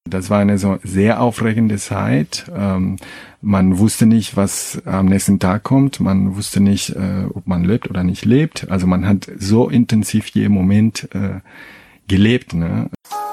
Das war eine so sehr aufregende Zeit. Man wusste nicht, was am nächsten Tag kommt. Man wusste nicht, ob man lebt oder nicht lebt. Also man hat so intensiv jeden Moment gelebt, ne?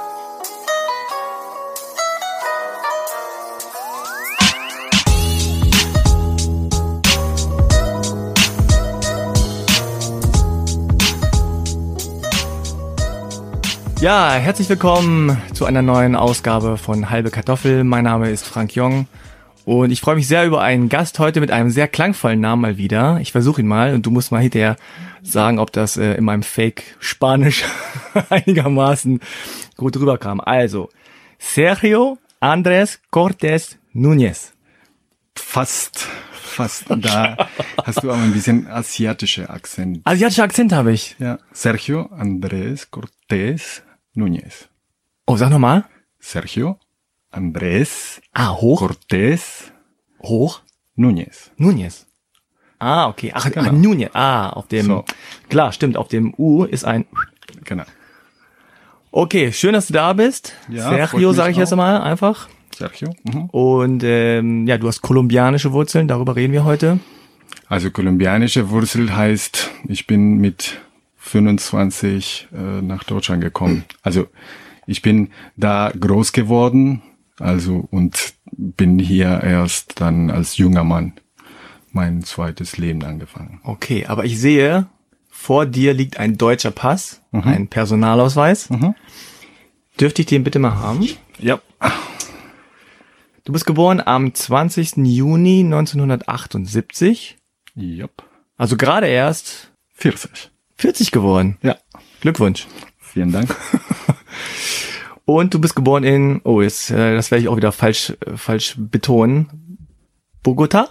Ja, herzlich willkommen zu einer neuen Ausgabe von Halbe Kartoffel. Mein Name ist Frank Jong und ich freue mich sehr über einen Gast heute mit einem sehr klangvollen Namen mal wieder. Ich versuche ihn mal und du musst mal hinterher sagen, ob das in meinem Fake-Spanisch einigermaßen gut rüberkam. Also, Sergio Andrés Cortés Núñez. Fast. Da hast du aber ein bisschen asiatischer Akzent. Asiatischer Akzent habe ich. Ja, Sergio Andrés Cortés Núñez. Oh, sag nochmal. Sergio Andrés hoch. Cortés Hoch. Núñez. Núñez. Ah, okay. Ach, genau. Núñez. Auf dem, so. Klar, stimmt, auf dem U ist ein. Genau. Okay, schön, dass du da bist. Ja, Sergio, sage ich jetzt mal einfach. Sergio. Und ja, du hast kolumbianische Wurzeln, darüber reden wir heute. Also kolumbianische Wurzel heißt, ich bin mit 25 nach Deutschland gekommen. Also ich bin da groß geworden, also und bin hier erst dann als junger Mann mein zweites Leben angefangen. Okay, aber ich sehe, vor dir liegt ein deutscher Pass, ein Personalausweis. Dürfte ich den bitte mal haben? Ja. Du bist geboren am 20. Juni 1978. Yep. Also gerade erst 40 geworden. Ja. Glückwunsch. Vielen Dank. Und du bist geboren in, das werde ich auch wieder falsch betonen. Bogotá.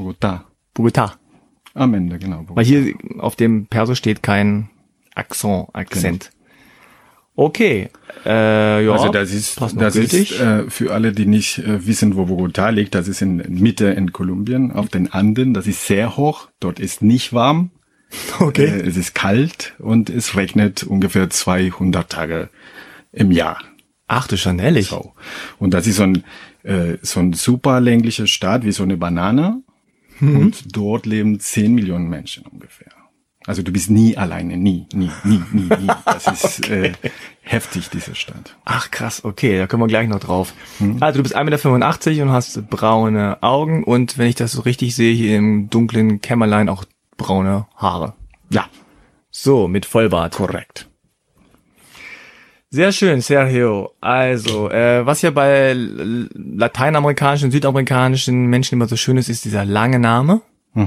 Am Ende, genau. Bogotá. Weil hier auf dem Perso steht kein Akzent. Okay. Ja, also das ist für alle, die nicht wissen, wo Bogotá liegt, das ist in Mitte in Kolumbien, auf den Anden, das ist sehr hoch, dort ist nicht warm, okay. Es ist kalt und es regnet ungefähr 200 Tage im Jahr. Ach du schon, ehrlich? So. Und das ist so ein super länglicher Staat wie so eine Banane und dort leben 10 Millionen Menschen ungefähr. Also du bist nie alleine, nie. Das ist heftig, diese Stadt. Ach krass, okay, da kommen wir gleich noch drauf. Also du bist 1,85 Meter und hast braune Augen und wenn ich das so richtig sehe, hier im dunklen Kämmerlein auch braune Haare. Ja. So, mit Vollbart. Korrekt. Sehr schön, Sergio. Also, was ja bei lateinamerikanischen, südamerikanischen Menschen immer so schön ist dieser lange Name.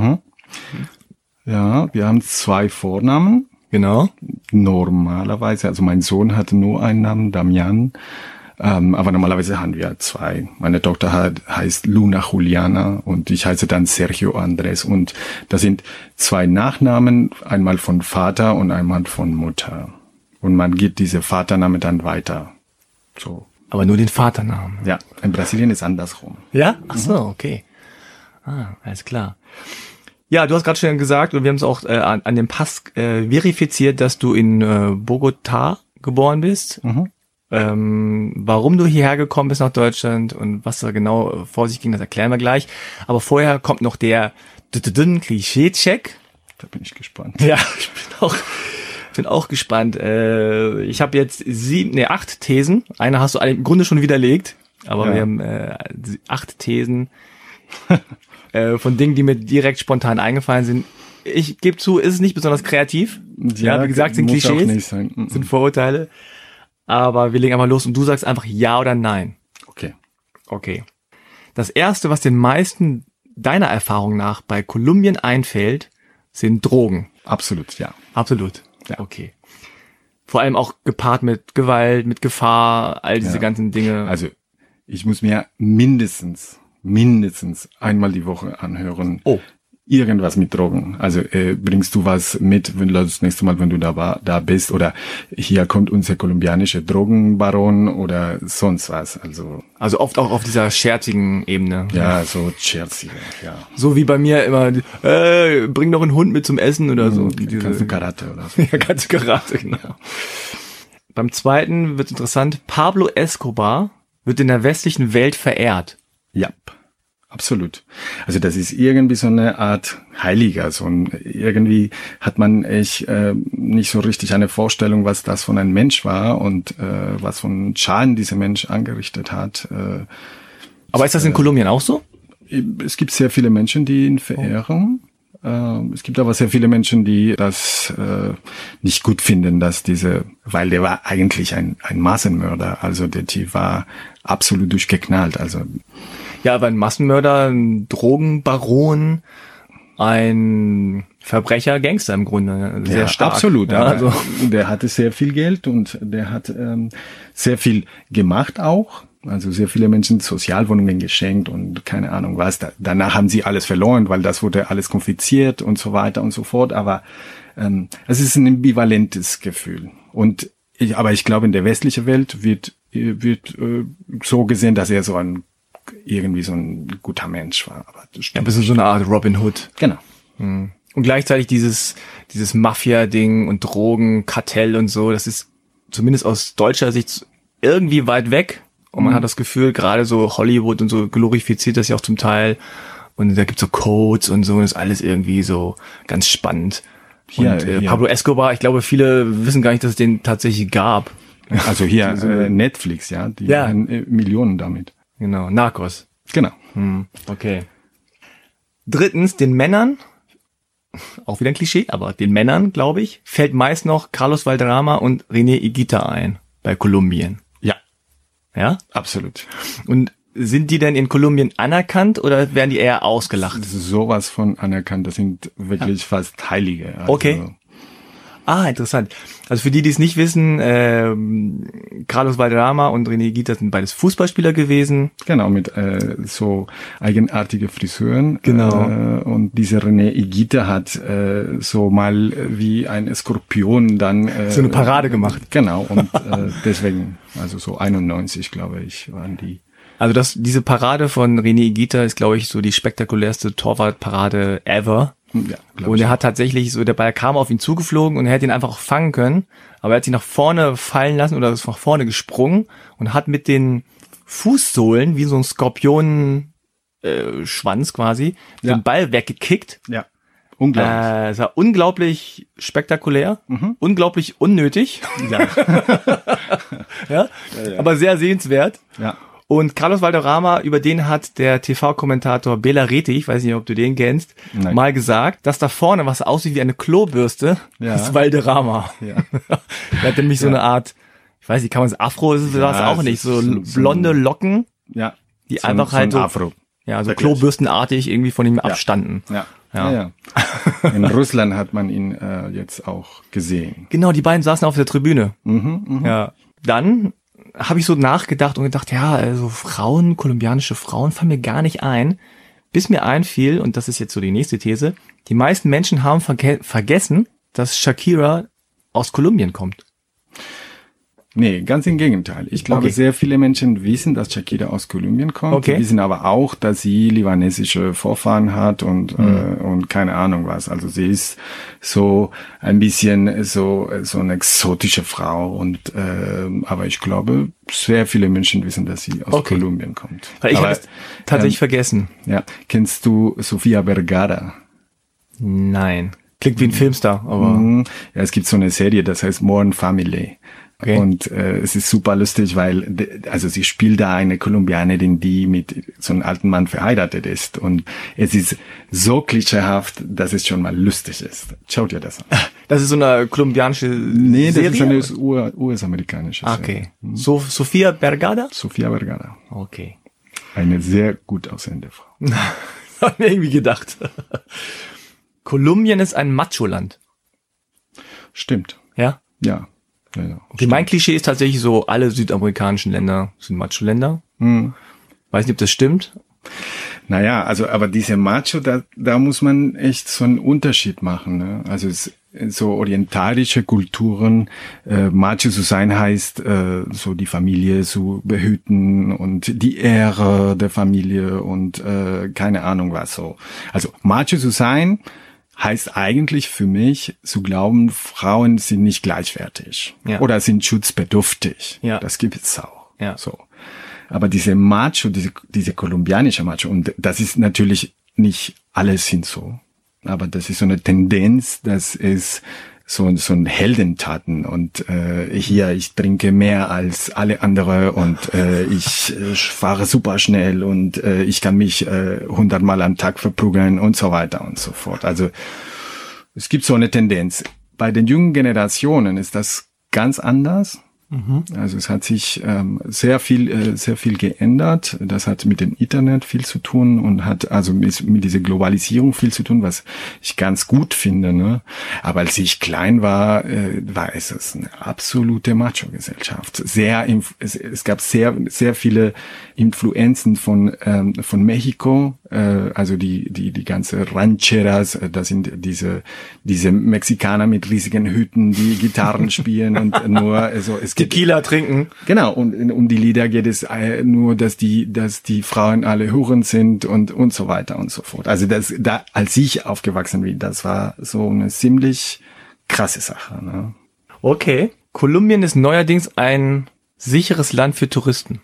Ja, wir haben 2 Vornamen. Genau. Normalerweise, also mein Sohn hatte nur einen Namen, Damian, aber normalerweise haben wir 2. Meine Tochter heißt Luna Juliana und ich heiße dann Sergio Andrés und das sind 2 Nachnamen, einmal von Vater und einmal von Mutter. Und man gibt diese Vaternamen dann weiter. So. Aber nur den Vaternamen. Ja, in Brasilien ist andersrum. Ja? Ach so, okay. Alles klar. Ja, du hast gerade schon gesagt, und wir haben es auch an dem Pass verifiziert, dass du in Bogotá geboren bist. Warum du hierher gekommen bist nach Deutschland und was da genau vor sich ging, das erklären wir gleich. Aber vorher kommt noch der Klischee-Check. Da bin ich gespannt. Ja, ich bin auch gespannt. Ich habe jetzt 8 Thesen. Eine hast du im Grunde schon widerlegt, aber ja. Wir haben 8 Thesen. Von Dingen, die mir direkt spontan eingefallen sind. Ich gebe zu, ist es nicht besonders kreativ. Ja, wie gesagt, sind muss Klischees, auch nicht sein. Sind Vorurteile. Aber wir legen einfach los und du sagst einfach ja oder nein. Okay. Das erste, was den meisten deiner Erfahrung nach bei Kolumbien einfällt, sind Drogen. Absolut, ja. Absolut. Ja. Okay. Vor allem auch gepaart mit Gewalt, mit Gefahr, all diese ganzen Dinge. Also, ich muss mir mindestens einmal die Woche anhören. Irgendwas mit Drogen. Also bringst du was mit, wenn du das nächste Mal, wenn du da bist, oder hier kommt unser kolumbianischer Drogenbaron oder sonst was. Also oft auch auf dieser scherzigen Ebene. Ja, so scherzig, ja. So wie bei mir immer, bring doch einen Hund mit zum Essen oder so. Kannst du Karate oder so. Ja, kannst du Karate, genau. Beim zweiten wird's interessant. Pablo Escobar wird in der westlichen Welt verehrt. Ja, absolut. Also das ist irgendwie so eine Art Heiliger. Irgendwie hat man echt nicht so richtig eine Vorstellung, was das von einem Mensch war und was von Schaden dieser Mensch angerichtet hat. Aber ist das in Kolumbien auch so? Es gibt sehr viele Menschen, die ihn verehren. Es gibt aber sehr viele Menschen, die das nicht gut finden, weil der war eigentlich ein Massenmörder. Also der Typ war absolut durchgeknallt. Also ja, aber ein Massenmörder, ein Drogenbaron, ein Verbrecher, Gangster im Grunde. Sehr stark. Absolut. Ja, also der hatte sehr viel Geld und der hat sehr viel gemacht auch. Also sehr viele Menschen Sozialwohnungen geschenkt und keine Ahnung was. Danach haben sie alles verloren, weil das wurde alles konfisziert und so weiter und so fort. Aber es ist ein ambivalentes Gefühl. Aber ich glaube, in der westlichen Welt wird so gesehen, dass er irgendwie so ein guter Mensch war. Aber ja, ein bisschen so eine Art Robin Hood. Genau. Und gleichzeitig dieses Mafia-Ding und Drogen, Kartell und so, das ist zumindest aus deutscher Sicht irgendwie weit weg. Und man hat das Gefühl, gerade so Hollywood und so glorifiziert das ja auch zum Teil. Und da gibt's so Codes und so, und das ist alles irgendwie so ganz spannend. Hier, und Pablo Escobar, ich glaube, viele wissen gar nicht, dass es den tatsächlich gab. Also hier Netflix, ja, die haben Millionen damit. Genau, Narcos. Genau. Okay. Drittens, den Männern, auch wieder ein Klischee, aber den Männern, glaube ich, fällt meist noch Carlos Valderrama und René Higuita ein bei Kolumbien. Ja? Absolut. Und sind die denn in Kolumbien anerkannt oder werden die eher ausgelacht? Sowas von anerkannt. Das sind wirklich fast Heilige. Also okay. Interessant. Also für die es nicht wissen, Carlos Valderrama und René Higuita sind beides Fußballspieler gewesen. Genau, mit so eigenartige Friseuren. Genau. Und dieser René Higuita hat so mal wie ein Skorpion dann so eine Parade gemacht. Genau, und deswegen, also so 91, glaube ich, waren die. Also diese Parade von René Higuita ist, glaube ich, so die spektakulärste Torwartparade ever. Ja, und er hat tatsächlich so, der Ball kam auf ihn zugeflogen und er hätte ihn einfach auch fangen können, aber er hat sich nach vorne fallen lassen oder ist nach vorne gesprungen und hat mit den Fußsohlen wie so ein Skorpion Schwanz quasi den Ball weggekickt. Ja. Unglaublich. Es war unglaublich spektakulär, unglaublich unnötig. Ja. Ja. Aber sehr sehenswert. Ja. Und Carlos Valderrama, über den hat der TV-Kommentator Bela Reti, ich weiß nicht, ob du den kennst, mal gesagt, dass da vorne was aussieht wie eine Klobürste, ist Valderrama. Ja. Er hat nämlich so eine Art, ich weiß nicht, kann man es Afro, ist das auch nicht, so blonde Locken, die so einfach halt so, Afro. Ja, so klobürstenartig irgendwie von ihm abstanden. Ja. In Russland hat man ihn jetzt auch gesehen. Genau, die beiden saßen auf der Tribüne. Ja. Dann habe ich so nachgedacht und gedacht, ja, also kolumbianische Frauen fallen mir gar nicht ein, bis mir einfiel, und das ist jetzt so die nächste These, die meisten Menschen haben vergessen, dass Shakira aus Kolumbien kommt. Nee, ganz im Gegenteil. Ich glaube, sehr viele Menschen wissen, dass Shakira aus Kolumbien kommt. Die wissen aber auch, dass sie libanesische Vorfahren hat und keine Ahnung was. Also sie ist so ein bisschen so eine exotische Frau und aber ich glaube, sehr viele Menschen wissen, dass sie aus Kolumbien kommt. Weil ich habe es tatsächlich vergessen. Ja, kennst du Sofía Vergara? Nein. Klingt wie ein Filmstar, aber ja, es gibt so eine Serie, das heißt Modern Family. Okay. Und es ist super lustig, weil also sie spielt da eine Kolumbianerin, die mit so einem alten Mann verheiratet ist. Und es ist so klischeehaft, dass es schon mal lustig ist. Schau dir das an. Das ist so eine kolumbianische Serie? Das ist eine US-amerikanische Serie. Okay. Sofía Vergara? Sofía Vergara. Okay. Eine sehr gut aussehende Frau. Hab mir irgendwie gedacht. Kolumbien ist ein Macho-Land. Stimmt. Ja? Ja. Okay, mein Klischee ist tatsächlich so, alle südamerikanischen Länder sind Macho-Länder. Weiß nicht, ob das stimmt. Naja, also, aber diese Macho, da muss man echt so einen Unterschied machen, ne? Also, so orientalische Kulturen, Macho zu sein heißt, so die Familie zu behüten und die Ehre der Familie und, keine Ahnung was so. Also, Macho zu sein heißt eigentlich für mich zu glauben, Frauen sind nicht gleichwertig oder sind schutzbedürftig. Ja. Das gibt es auch. Ja. So. Aber diese Macho, diese kolumbianische Macho, und das ist natürlich nicht alles sind so. Aber das ist so eine Tendenz, dass es so ein Heldentaten und hier, ich trinke mehr als alle andere und ich fahre super schnell und ich kann mich 100-mal am Tag verprügeln und so weiter und so fort. Also es gibt so eine Tendenz. Bei den jungen Generationen ist das ganz anders. Also es hat sich sehr viel geändert. Das hat mit dem Internet viel zu tun und hat also mit dieser Globalisierung viel zu tun, was ich ganz gut finde. Ne? Aber als ich klein war, war es eine absolute Macho-Gesellschaft. Es gab sehr viele Influenzen von Mexiko, also die ganze Rancheras. Das sind diese Mexikaner mit riesigen Hüten, die Gitarren spielen und nur also es Tequila trinken. Genau, und um die Lieder geht es nur, dass die Frauen alle Huren sind und so weiter und so fort. Also als ich aufgewachsen bin, das war so eine ziemlich krasse Sache. Ne? Okay. Kolumbien ist neuerdings ein sicheres Land für Touristen.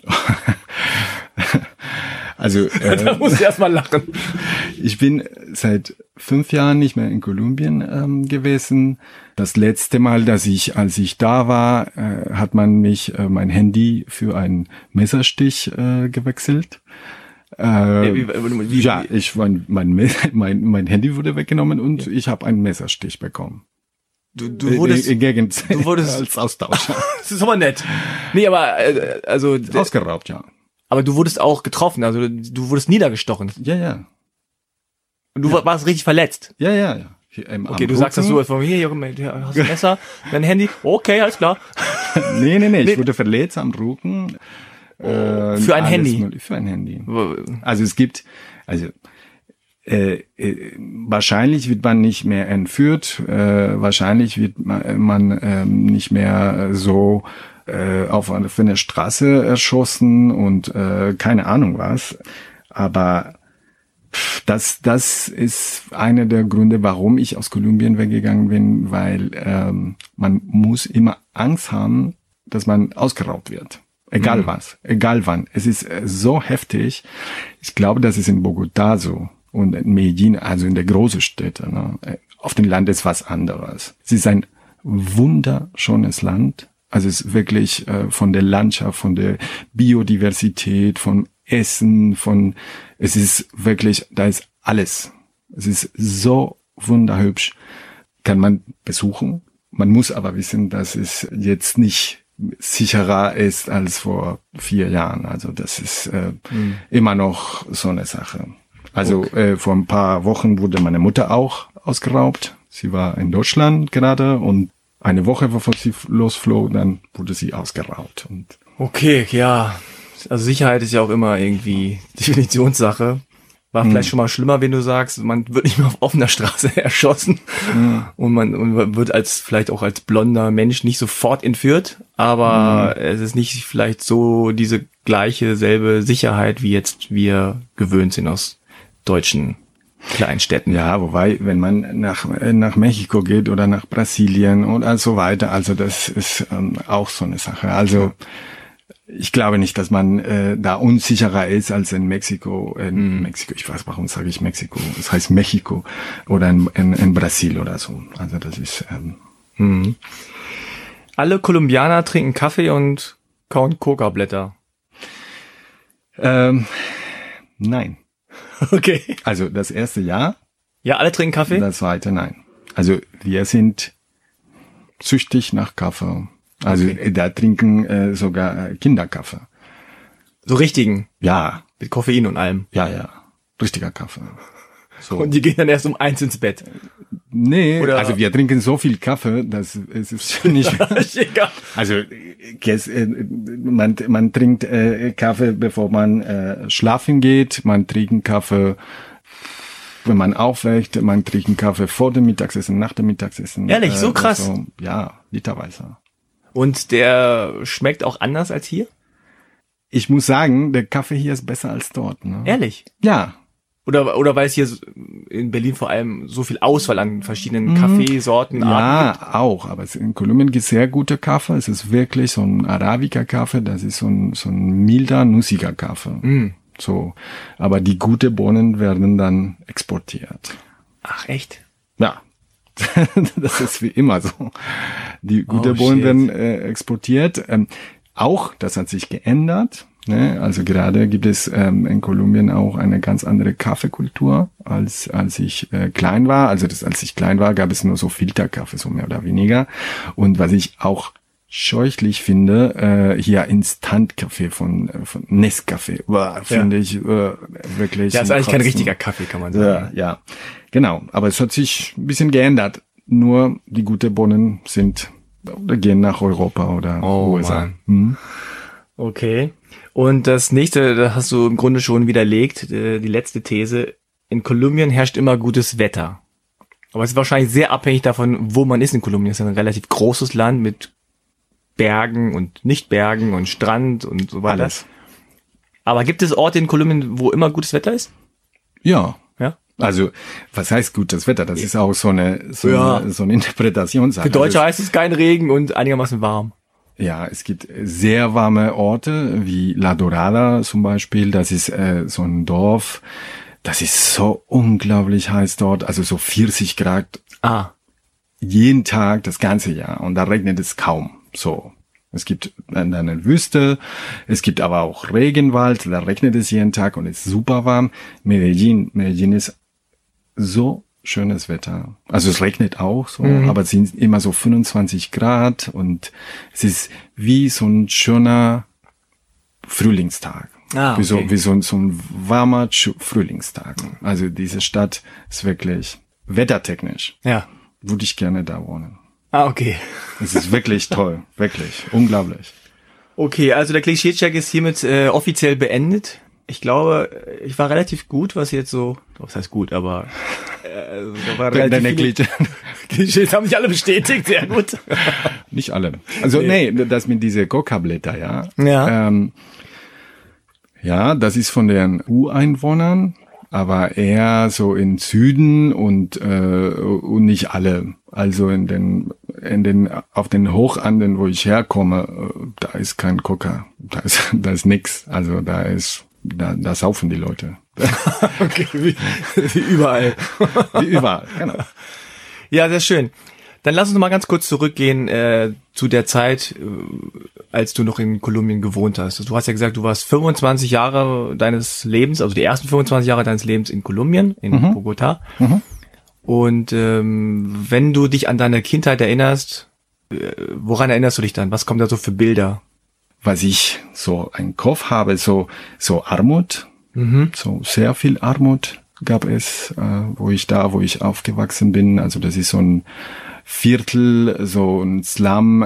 Also da musst du erstmal lachen. Ich bin seit 5 Jahren nicht mehr in Kolumbien gewesen. Das letzte Mal, als ich da war, hat man mich mein Handy für einen Messerstich gewechselt. Ja, mein Handy wurde weggenommen und ich habe einen Messerstich bekommen. Du wurdest als Austausch. Das ist aber nett. Nee, aber also ausgeraubt, ja. Aber du wurdest auch getroffen, also du wurdest niedergestochen. Ja. Und du warst richtig verletzt. Ja. Okay, du sagst das so von mir, hast ein Messer, dein Handy. Okay, alles klar. Nee, ich wurde verletzt am Rücken. Für ein Handy. Für ein Handy. Also wahrscheinlich wird man nicht mehr entführt, wahrscheinlich wird man nicht mehr so auf eine Straße erschossen und keine Ahnung was. Aber das ist einer der Gründe, warum ich aus Kolumbien weggegangen bin, weil man muss immer Angst haben, dass man ausgeraubt wird. Egal was, egal wann. Es ist so heftig. Ich glaube, das ist in Bogotá so und in Medellin, also in der großen Städte. Ne? Auf dem Land ist was anderes. Es ist ein wunderschönes Land. Also es ist wirklich von der Landschaft, von der Biodiversität, von Essen, es ist wirklich, da ist alles. Es ist so wunderhübsch. Kann man besuchen. Man muss aber wissen, dass es jetzt nicht sicherer ist als vor 4 Jahren. Also das ist immer noch so eine Sache. Also vor ein paar Wochen wurde meine Mutter auch ausgeraubt. Sie war in Deutschland gerade und eine Woche bevor sie losflog, dann wurde sie ausgeraubt. Und okay, ja. Also Sicherheit ist ja auch immer irgendwie Definitionssache. War vielleicht schon mal schlimmer, wenn du sagst, man wird nicht mehr auf offener Straße erschossen und man wird vielleicht auch als blonder Mensch nicht sofort entführt, aber es ist nicht vielleicht so diese selbe Sicherheit, wie jetzt wir gewöhnt sind aus deutschen Kleinstädten. Ja, wobei, wenn man nach Mexiko geht oder nach Brasilien und so weiter, also das ist auch so eine Sache. Also ich glaube nicht, dass man da unsicherer ist als in Mexiko. Mexiko, ich weiß, warum sage ich Mexiko? Das heißt Mexiko oder in Brasil oder so. Also das ist. Alle Kolumbianer trinken Kaffee und kauen Coca-Blätter. Nein. Okay. Also das erste Jahr. Ja, alle trinken Kaffee? Das zweite nein. Also wir sind süchtig nach Kaffee. Also da trinken sogar Kinder Kaffee. So richtigen? Ja. Mit Koffein und allem? Ja. Richtiger Kaffee. So. Und die gehen dann erst um 1 ins Bett? Nee, also wir trinken so viel Kaffee, dass es ist nicht... Egal. Also man trinkt Kaffee, bevor man schlafen geht. Man trinkt Kaffee, wenn man aufwacht. Man trinkt Kaffee vor dem Mittagessen, nach dem Mittagessen. Ehrlich, so krass? So. Ja, literweise. Und der schmeckt auch anders als hier? Ich muss sagen, der Kaffee hier ist besser als dort. Ne? Ehrlich? Ja. Oder weil es hier in Berlin vor allem so viel Auswahl an verschiedenen Kaffeesorten, Arten gibt? Ja, auch. Aber in Kolumbien gibt es sehr gute Kaffee. Es ist wirklich so ein Arabica-Kaffee. Das ist so ein milder, nussiger Kaffee. So. Aber die guten Bohnen werden dann exportiert. Ach, echt? Ja. Das ist wie immer so. Die guten Bohnen werden exportiert. Auch, das hat sich geändert. Ne? Also gerade gibt es in Kolumbien auch eine ganz andere Kaffeekultur, als ich klein war. Also als ich klein war, gab es nur so Filterkaffee, so mehr oder weniger. Und was ich auch scheußlich finde, hier Instant-Kaffee von Nescafé, finde ich wirklich. Ja, ist eigentlich kein richtiger Kaffee, kann man sagen. Ja, genau. Aber es hat sich ein bisschen geändert. Nur die guten Bohnen gehen nach Europa oder USA. Okay. Und das nächste, da hast du im Grunde schon widerlegt, die letzte These. In Kolumbien herrscht immer gutes Wetter. Aber es ist wahrscheinlich sehr abhängig davon, wo man ist in Kolumbien. Es ist ein relativ großes Land mit Bergen und Nicht-Bergen und Strand und so weiter. Alles. Aber gibt es Orte in Kolumbien, wo immer gutes Wetter ist? Ja. Ja? Also, was heißt gutes Wetter? Das ist auch so eine Interpretationssache. Für Deutsche heißt es kein Regen und einigermaßen warm. Ja, es gibt sehr warme Orte, wie La Dorada zum Beispiel. Das ist so ein Dorf. Das ist so unglaublich heiß dort. Also so 40 Grad. Jeden Tag, das ganze Jahr. Und da regnet es kaum. So. Es gibt eine Wüste. Es gibt aber auch Regenwald. Da regnet es jeden Tag und ist super warm. Medellin ist so schönes Wetter. Also es regnet auch so, aber es sind immer so 25 Grad und es ist wie so ein schöner Frühlingstag. Okay. Wie so ein warmer Frühlingstag. Also diese Stadt ist wirklich wettertechnisch. Ja. Würde ich gerne da wohnen. Okay. Es ist wirklich toll. Wirklich. Unglaublich. Okay, also der Klischee-Check ist hiermit offiziell beendet. Ich glaube, ich war relativ gut, was jetzt so, was heißt gut, aber war Deine Klischees haben sich alle bestätigt, sehr gut. Nicht alle. Also nee, das mit diese Coca-Blätter, ja. Ja. Ja, das ist von den Ureinwohnern, aber eher so in Süden und nicht alle. Also auf den Hochanden, wo ich herkomme, da ist kein Coca, da ist nix. Also da saufen die Leute. Okay, wie überall. Wie überall, genau. Ja, sehr schön. Dann lass uns noch mal ganz kurz zurückgehen zu der Zeit, als du noch in Kolumbien gewohnt hast. Du hast ja gesagt, du warst 25 Jahre deines Lebens, also die ersten 25 Jahre deines Lebens in Kolumbien, in Bogotá. Und wenn du dich an deine Kindheit erinnerst, woran erinnerst du dich dann? Was kommen da so für Bilder? Was ich so im Kopf habe, so Armut, so sehr viel Armut gab es, wo ich aufgewachsen bin. Also das ist so ein Viertel, so ein Slum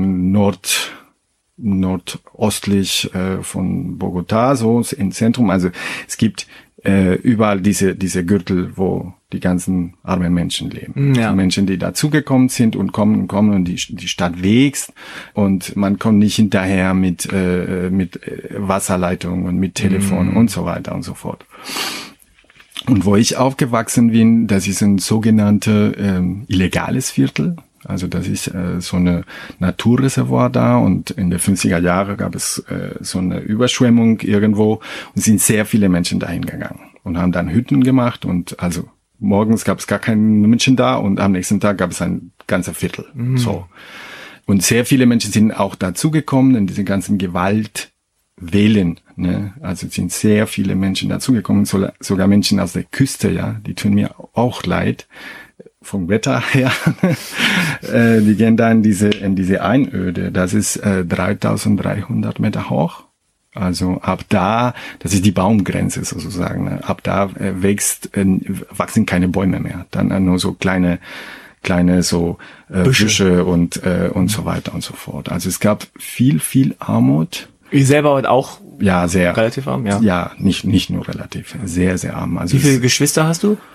nordostlich von Bogotá, so im Zentrum. Also es gibt überall diese Gürtel, wo die ganzen armen Menschen leben. Ja. Die Menschen, die dazugekommen sind und kommen und die Stadt wächst und man kommt nicht hinterher mit Wasserleitungen und mit Telefon und so weiter und so fort. Und wo ich aufgewachsen bin, das ist ein sogenanntes illegales Viertel. Also das ist so eine Naturreservoir da und in den 50er Jahren gab es so eine Überschwemmung irgendwo und sind sehr viele Menschen dahin gegangen und haben dann Hütten gemacht und also morgens gab es gar keinen Menschen da und am nächsten Tag gab es ein ganzer Viertel. So. Und sehr viele Menschen sind auch dazugekommen in diese ganzen Gewaltwellen. Ne? Also sind sehr viele Menschen dazugekommen, sogar Menschen aus der Küste, ja, die tun mir auch leid. Vom Wetter her, die gehen da in diese Einöde. Das ist 3.300 Meter hoch. Also ab da, das ist die Baumgrenze sozusagen. Ne? Ab da wachsen keine Bäume mehr. Dann nur so kleine so Büsche und so weiter und so fort. Also es gab viel Armut. Ich selber auch ja sehr relativ arm, ja. Ja, nicht nur relativ, sehr sehr arm. Also wie viele Geschwister hast du?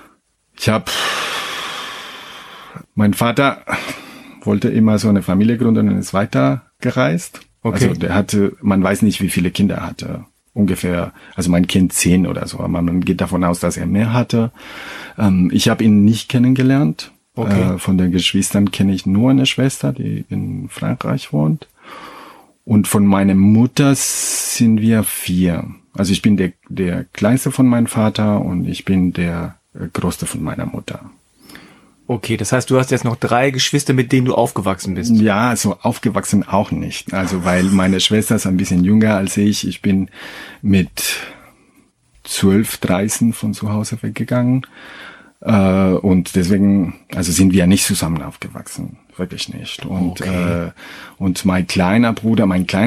Mein Vater wollte immer so eine Familie gründen und ist weitergereist. Okay. Also man weiß nicht, wie viele Kinder er hatte. ungefähr, also mein Kind 10 oder so, aber man geht davon aus, dass er mehr hatte. Ich habe ihn nicht kennengelernt. Okay. Von den Geschwistern kenne ich nur eine Schwester, die in Frankreich wohnt. Und von meiner Mutter sind wir 4. Also ich bin der Kleinste von meinem Vater und ich bin der Größte von meiner Mutter. Okay, das heißt, du hast jetzt noch 3 Geschwister, mit denen du aufgewachsen bist. Ja, so aufgewachsen auch nicht. Also weil meine Schwester ist ein bisschen jünger als ich. Ich bin mit 12, 13 von zu Hause weggegangen. Und deswegen, also sind wir nicht zusammen aufgewachsen. Wirklich nicht. Und, Okay. Und mein kleiner Bruder,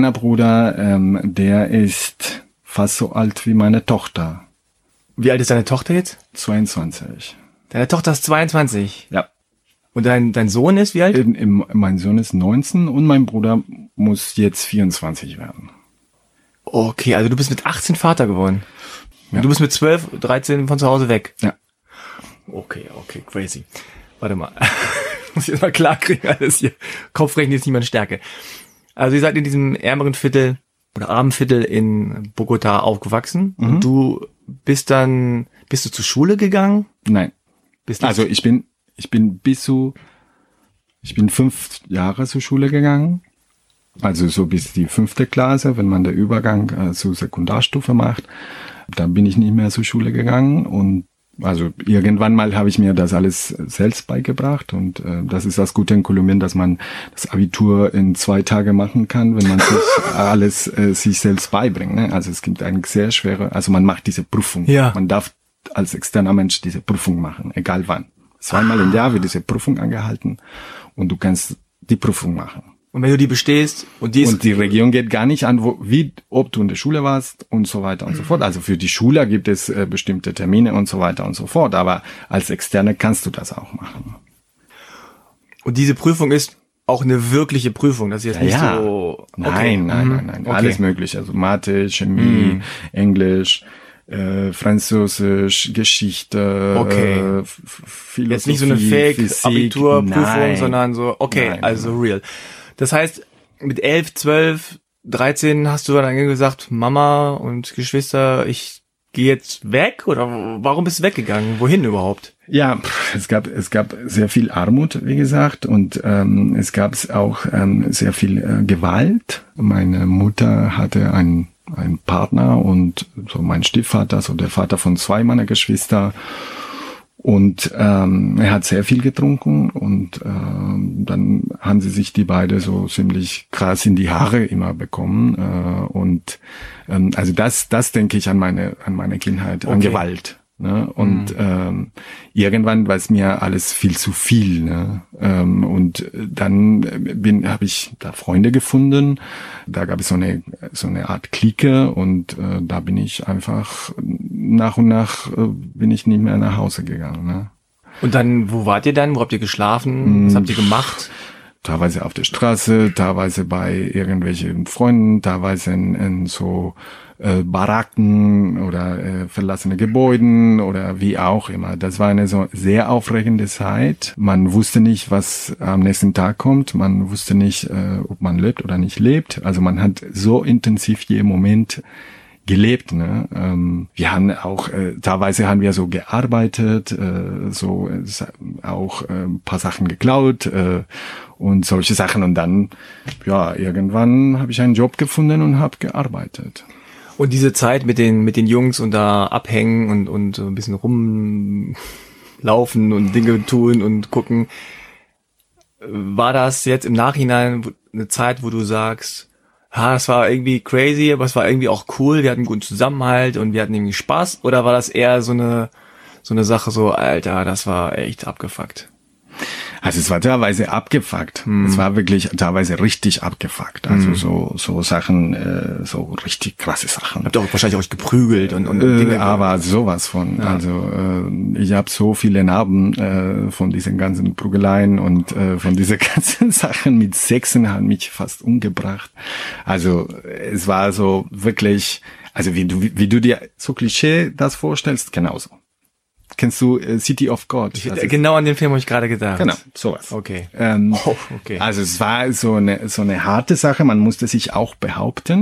der ist fast so alt wie meine Tochter. Wie alt ist deine Tochter jetzt? 22. Deine Tochter ist 22. Ja. Und dein Sohn ist wie alt? Mein Sohn ist 19 und mein Bruder muss jetzt 24 werden. Okay, also du bist mit 18 Vater geworden. Ja. Und du bist mit 12, 13 von zu Hause weg. Ja. Okay, crazy. Warte mal. Muss ich jetzt mal klar kriegen, alles hier. Kopfrechnen ist nicht meine Stärke. Also ihr seid in diesem ärmeren Viertel oder armen Viertel in Bogotá aufgewachsen. Und du bist du zur Schule gegangen? Nein. Bist nicht- Also ich bin 5 Jahre zur Schule gegangen. Also so bis die 5. Klasse, wenn man den Übergang zur Sekundarstufe macht. Dann bin ich nicht mehr zur Schule gegangen und also irgendwann mal habe ich mir das alles selbst beigebracht und das ist das Gute in Kolumbien, dass man das Abitur in 2 Tage machen kann, wenn man sich alles sich selbst beibringt. Ne? Also es gibt eine sehr schwere, also man macht diese Prüfung. Ja. Man darf als externer Mensch diese Prüfung machen, egal wann. 2-mal im Jahr wird diese Prüfung angehalten und du kannst die Prüfung machen. Und wenn du die bestehst und die ist... Und die Region geht gar nicht an, ob du in der Schule warst und so weiter und so fort. Also für die Schüler gibt es bestimmte Termine und so weiter und so fort. Aber als Externe kannst du das auch machen. Und diese Prüfung ist auch eine wirkliche Prüfung. Das ist jetzt nicht Ja. so... Nein. Okay. Alles mögliche. Also Mathe, Chemie, Englisch, Französisch, Geschichte, Okay. Philosophie, Jetzt nicht so eine Physik. Fake-Abiturprüfung, Nein. sondern so, okay, Nein, also real. Das heißt, mit 11, 12, 13 hast du dann gesagt, Mama und Geschwister, ich gehe jetzt weg? Oder warum bist du weggegangen? Wohin überhaupt? Ja, es gab sehr viel Armut, wie gesagt, und es gab auch sehr viel Gewalt. Meine Mutter hatte einen Partner und so mein Stiefvater, so der Vater von 2 meiner Geschwister. Und er hat sehr viel getrunken und dann haben sie sich die beide so ziemlich krass in die Haare immer bekommen. Also das denke ich an meine Kindheit, an Okay. Gewalt. Ne? Und irgendwann war es mir alles viel zu viel. Ne? Und dann habe ich da Freunde gefunden. Da gab es so eine Art Clique und da bin ich einfach nach und nach bin ich nicht mehr nach Hause gegangen. Ne? Und dann, wo wart ihr dann? Wo habt ihr geschlafen? Was habt ihr gemacht? Teilweise auf der Straße, teilweise bei irgendwelchen Freunden, teilweise in so Baracken oder verlassene Gebäuden oder wie auch immer. Das war eine so sehr aufregende Zeit. Man wusste nicht, was am nächsten Tag kommt. Man wusste nicht, ob man lebt oder nicht lebt. Also man hat so intensiv jeden Moment gelebt, ne? Wir haben auch, teilweise haben wir so gearbeitet, auch ein paar Sachen geklaut und solche Sachen. Und dann, ja, irgendwann habe ich einen Job gefunden und habe gearbeitet. Und diese Zeit mit den Jungs und da abhängen und so ein bisschen rumlaufen und Dinge tun und gucken, war das jetzt im Nachhinein eine Zeit, wo du sagst, das war irgendwie crazy, aber es war irgendwie auch cool, wir hatten einen guten Zusammenhalt und wir hatten irgendwie Spaß? Oder war das eher so eine Sache so, Alter, das war echt abgefuckt? Also es war teilweise abgefuckt. Es war wirklich teilweise richtig abgefuckt. Also so Sachen, so richtig krasse Sachen. Habt ihr auch wahrscheinlich euch geprügelt und Dinge. Aber sowas von. Ja. Also ich habe so viele Narben von diesen ganzen Prügeleien und von diesen ganzen Sachen mit Sexen haben mich fast umgebracht. Also es war so wirklich, also wie du dir so Klischee das vorstellst, genauso. Kennst du City of God? Genau an den Film habe ich gerade gedacht. Genau, sowas. Okay. Okay. Also es war so eine harte Sache. Man musste sich auch behaupten.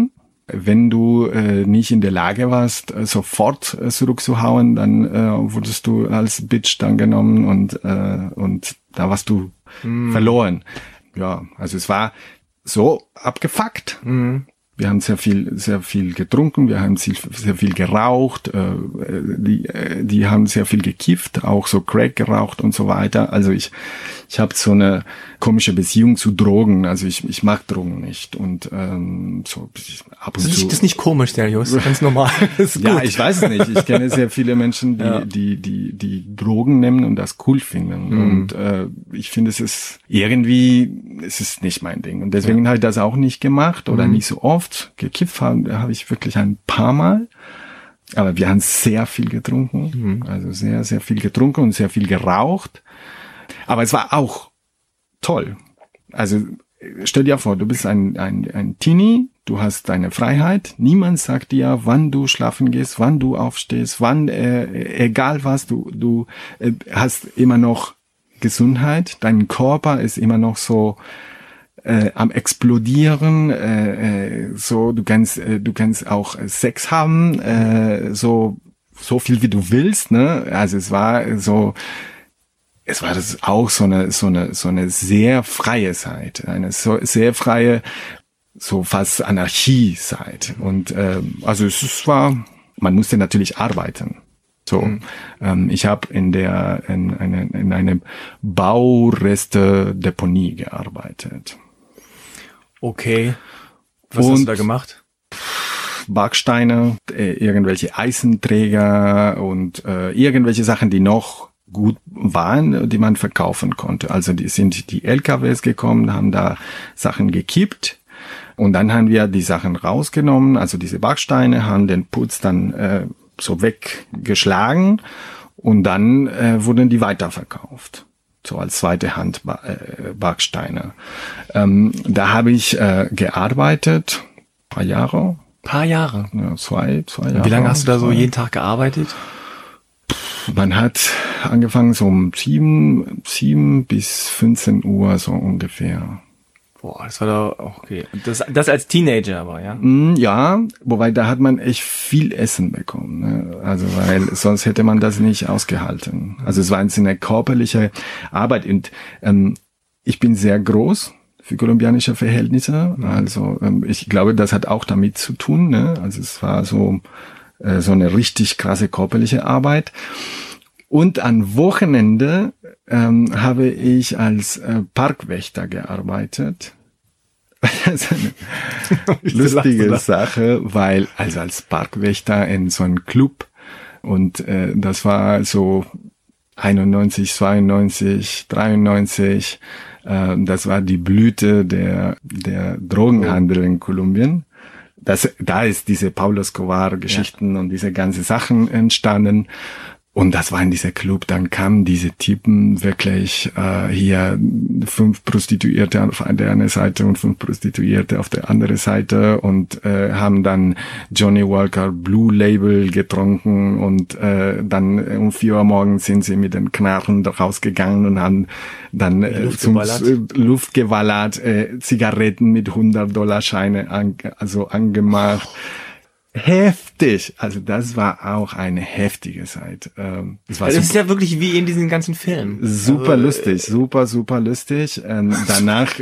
wenn du nicht in der Lage warst, sofort zurückzuhauen, dann wurdest du als Bitch dann genommen und da warst du verloren. Ja, also es war so abgefuckt. Wir haben sehr viel getrunken, wir haben sehr viel geraucht, die haben sehr viel gekifft, auch so Crack geraucht und so weiter. Also ich habe so eine komische Beziehung zu Drogen, also ich mag Drogen nicht und so ab und zu. Das ist nicht komisch, Sergio, das ist ganz normal. Das ist ja, gut. ich weiß es nicht. Ich kenne sehr viele Menschen, die Drogen nehmen und das cool finden. Und ich finde, es ist nicht mein Ding. Und deswegen habe ich das auch nicht gemacht oder nicht so oft. Gekifft habe ich wirklich ein paar Mal. Aber wir haben sehr viel getrunken. Also sehr, sehr viel getrunken und sehr viel geraucht. Aber es war auch toll. Also stell dir vor, du bist ein Teenie, du hast deine Freiheit. Niemand sagt dir, wann du schlafen gehst, wann du aufstehst, wann, egal was, du hast immer noch Gesundheit. Dein Körper ist immer noch so am explodieren. So, du kannst auch Sex haben, so viel wie du willst, ne? Also es war das auch so eine sehr freie Zeit, eine so sehr freie, so fast Anarchie-Zeit. Und also man musste natürlich arbeiten. So, ich habe in einem Baureste-Deponie gearbeitet. Okay. Was hast du da gemacht? Backsteine, irgendwelche Eisenträger und irgendwelche Sachen, die noch gut waren, die man verkaufen konnte. Also sind die LKWs gekommen, haben da Sachen gekippt und dann haben wir die Sachen rausgenommen, also diese Backsteine, haben den Putz dann so weggeschlagen und dann wurden die weiterverkauft. So als zweite Hand Backsteine. Da habe ich gearbeitet, paar Jahre. Ja, zwei Jahre. Wie lange hast du da so jeden Tag gearbeitet? Man hat angefangen so um 7 bis 15 Uhr so ungefähr. Boah, das war doch okay. Das als Teenager aber, ja? Ja, wobei da hat man echt viel Essen bekommen, ne? Also weil sonst hätte man das nicht ausgehalten. Also es war eine körperliche Arbeit und ich bin sehr groß für kolumbianische Verhältnisse. Also ich glaube, das hat auch damit zu tun, ne? Also es war so eine richtig krasse körperliche Arbeit. Und an Wochenende habe ich als Parkwächter gearbeitet. Das ist eine lustige Sache, weil also als Parkwächter in so einem Club und das war so 91, 92, 93, das war die Blüte der Drogenhandel in Kolumbien. Da ist diese Pablo Escobar-Geschichten und diese ganzen Sachen entstanden. Und das war in dieser Club, dann kamen diese Typen wirklich hier 5 Prostituierte auf der einen Seite und 5 Prostituierte auf der anderen Seite und haben dann Johnny Walker Blue Label getrunken und dann um 4 Uhr morgens sind sie mit den Knarren rausgegangen und haben dann Luft geballert, Zigaretten mit $100-Scheine angemacht. Heftig. Also das war auch eine heftige Zeit. Das ist ja wirklich wie in diesen ganzen Filmen. Super lustig, super lustig. Danach,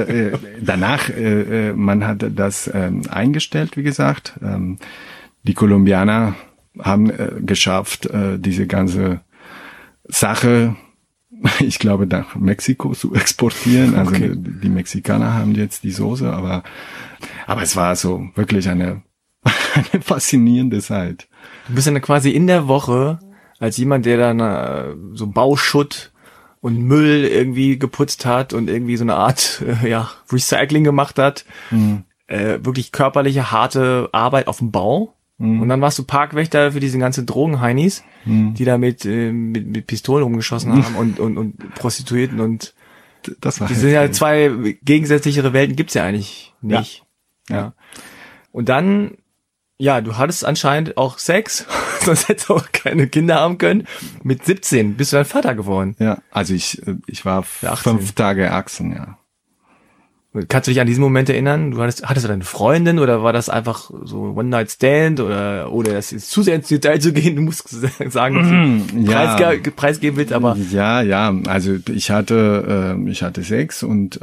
man hat das eingestellt, wie gesagt. Die Kolumbianer haben geschafft, diese ganze Sache, ich glaube, nach Mexiko zu exportieren. Also okay. Die Mexikaner haben jetzt die Soße, aber es war so wirklich eine faszinierende Zeit. Du bist dann quasi in der Woche als jemand, der dann so Bauschutt und Müll irgendwie geputzt hat und irgendwie so eine Art Recycling gemacht hat. Wirklich körperliche, harte Arbeit auf dem Bau. Und dann warst du Parkwächter für diese ganzen Drogenheinis, die da mit Pistolen rumgeschossen haben und Prostituierten und das war die sind ja zwei gegensätzlichere Welten, gibt's ja eigentlich nicht. Ja. Und dann, du hattest anscheinend auch Sex, sonst hättest du auch keine Kinder haben können. Mit 17 bist du dann Vater geworden. Ja, also ich war 5 Tage Achsen, ja. Kannst du dich an diesen Moment erinnern? Hattest du eine Freundin oder war das einfach so One-Night-Stand oder das ist zu sehr ins Detail zu gehen? Du musst sagen, dass du preisgeben willst, aber... Ja, also ich hatte Sex und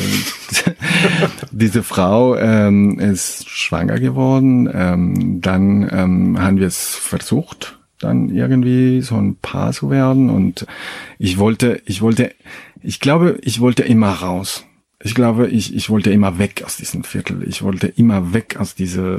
diese Frau ist schwanger geworden. Dann haben wir es versucht, dann irgendwie so ein Paar zu werden und ich wollte immer raus. Ich glaube, ich wollte immer weg aus diesem Viertel. Ich wollte immer weg aus dieser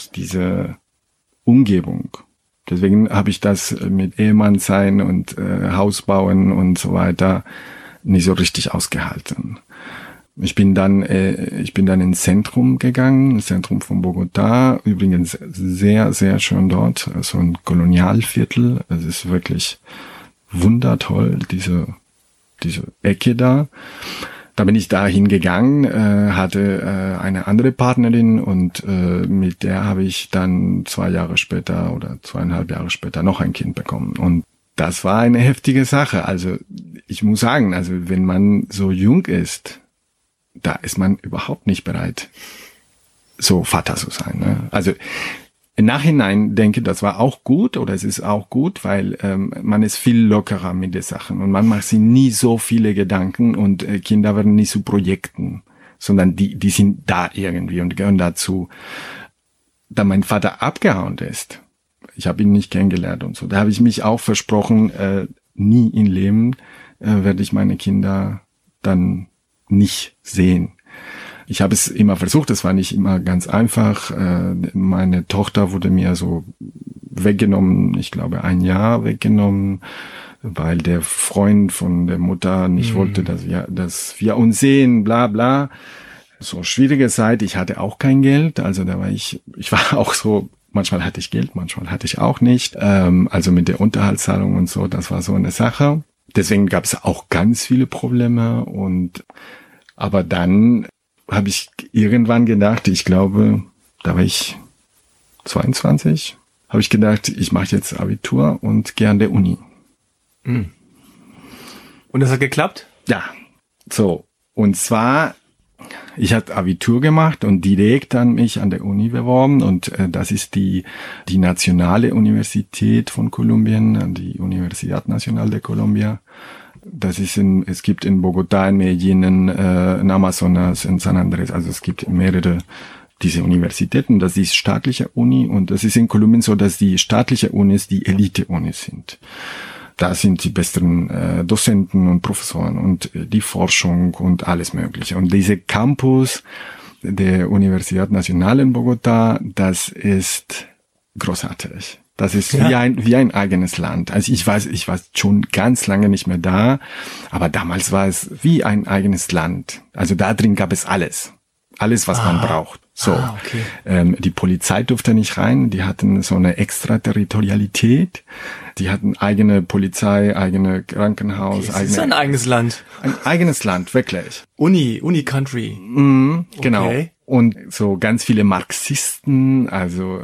Umgebung. Deswegen habe ich das mit Ehemann sein und Haus bauen und so weiter nicht so richtig ausgehalten. Ich bin dann ins Zentrum gegangen, ins Zentrum von Bogotá. Übrigens sehr, sehr schön dort. So ein Kolonialviertel. Es ist wirklich wundertoll, diese Ecke da. Da bin ich da hingegangen, hatte eine andere Partnerin und mit der habe ich dann 2 Jahre später oder 2,5 Jahre später noch ein Kind bekommen. Und das war eine heftige Sache. Also ich muss sagen, also wenn man so jung ist, da ist man überhaupt nicht bereit, so Vater zu sein. Ne? Also im Nachhinein denke, das war auch gut oder es ist auch gut, weil man ist viel lockerer mit den Sachen und man macht sich nie so viele Gedanken und Kinder werden nicht zu Projekten, sondern die sind da irgendwie und gehören dazu. Da mein Vater abgehauen ist, ich habe ihn nicht kennengelernt und so, da habe ich mich auch versprochen, nie im Leben werde ich meine Kinder dann nicht sehen. Ich habe es immer versucht, es war nicht immer ganz einfach. Meine Tochter wurde mir so weggenommen, ich glaube 1 Jahr weggenommen, weil der Freund von der Mutter nicht wollte, dass wir uns sehen, bla bla. So schwierige Zeit, ich hatte auch kein Geld, also da war ich war auch so, manchmal hatte ich Geld, manchmal hatte ich auch nicht. Also mit der Unterhaltszahlung und so, das war so eine Sache. Deswegen gab es auch ganz viele Probleme aber dann habe ich irgendwann gedacht, ich glaube, da war ich 22, habe ich gedacht, ich mache jetzt Abitur und gehe an der Uni. Und das hat geklappt? Ja, so. Und zwar, ich hatte Abitur gemacht und direkt dann mich an der Uni beworben und das ist die nationale Universität von Kolumbien, die Universidad Nacional de Colombia. Das ist es gibt in Bogotá, in Medellín, in Amazonas, in San Andrés, also es gibt mehrere diese Universitäten. Das ist staatliche Uni und das ist in Kolumbien so, dass die staatliche Unis die Elite-Unis sind. Da sind die besten Dozenten und Professoren und die Forschung und alles Mögliche. Und diese Campus der Universidad Nacional in Bogotá, das ist großartig. Das ist wie ein eigenes Land. Also ich war schon ganz lange nicht mehr da, aber damals war es wie ein eigenes Land. Also da drin gab es alles, was man braucht. So, okay. Die Polizei durfte nicht rein. Die hatten so eine Extraterritorialität. Die hatten eigene Polizei, eigene Krankenhaus. Okay, es ist ein eigenes Land. Ein eigenes Land, wirklich. Uni-Country. Genau. Okay. Und so ganz viele Marxisten, also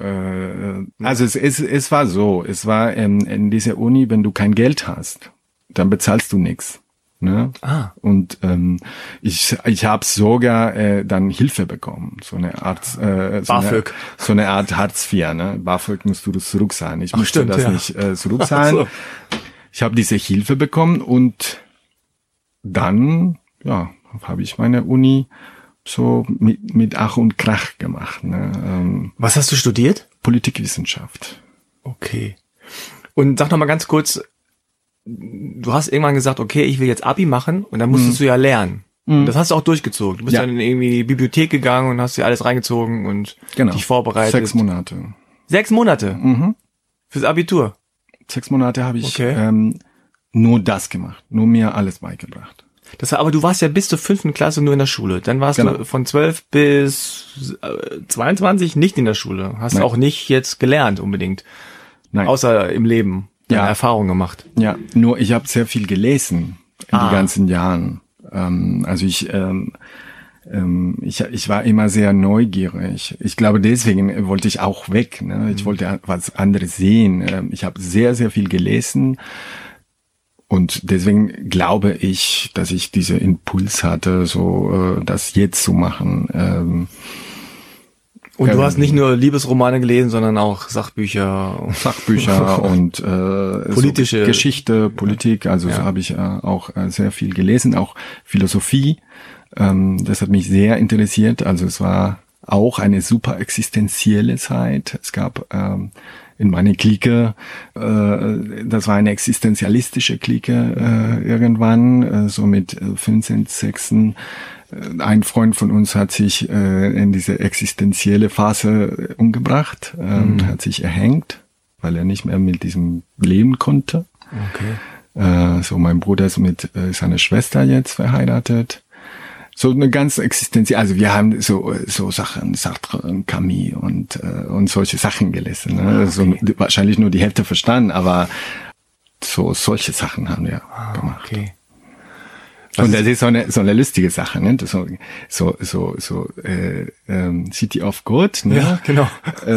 es war so, es war in dieser Uni, wenn du kein Geld hast, dann bezahlst du nichts. Ne? Und ich habe sogar dann Hilfe bekommen, so eine Art BAföG. So eine Art Hartz IV, ne? BAföG musst du das zurückzahlen. Ich musste das nicht zurückzahlen. So. Ich habe diese Hilfe bekommen und dann habe ich meine Uni so mit Ach und Krach gemacht. Ne? Was hast du studiert? Politikwissenschaft. Okay. Und sag noch mal ganz kurz, du hast irgendwann gesagt, okay, ich will jetzt Abi machen und dann musstest du ja lernen. Und das hast du auch durchgezogen. Du bist dann irgendwie in die Bibliothek gegangen und hast dir alles reingezogen und dich vorbereitet. 6 Monate. 6 Monate? Fürs Abitur? 6 Monate habe ich nur das gemacht, nur mir alles beigebracht. Aber du warst ja bis zur 5. Klasse nur in der Schule. Dann warst du von 12 bis 22 nicht in der Schule. Hast auch nicht jetzt gelernt unbedingt. Nein. Außer im Leben. Deine Erfahrung gemacht. Ja, nur ich habe sehr viel gelesen in die ganzen Jahren. Also ich war immer sehr neugierig. Ich glaube, deswegen wollte ich auch weg. Ne? Ich wollte was anderes sehen. Ich habe sehr, sehr viel gelesen. Und deswegen glaube ich, dass ich diesen Impuls hatte, so das jetzt zu machen. Und du hast nicht nur Liebesromane gelesen, sondern auch Sachbücher und politische so Geschichte, Politik. Also so habe ich auch sehr viel gelesen, auch Philosophie. Das hat mich sehr interessiert. Also es war auch eine super existenzielle Zeit. Es gab in meiner Clique, das war eine existenzialistische Clique irgendwann, so mit 15, 16. Ein Freund von uns hat sich in diese existenzielle Phase umgebracht, hat sich erhängt, weil er nicht mehr mit diesem leben konnte. Okay. So mein Bruder ist mit seiner Schwester jetzt verheiratet. So eine ganz Existenz, also wir haben so Sachen, Sartre und Camus und solche Sachen gelesen. Ne? Okay. So, wahrscheinlich nur die Hälfte verstanden, aber solche Sachen haben wir gemacht. Okay. Und das ist so eine lustige Sache, ne? City of God, ne? Ja, genau.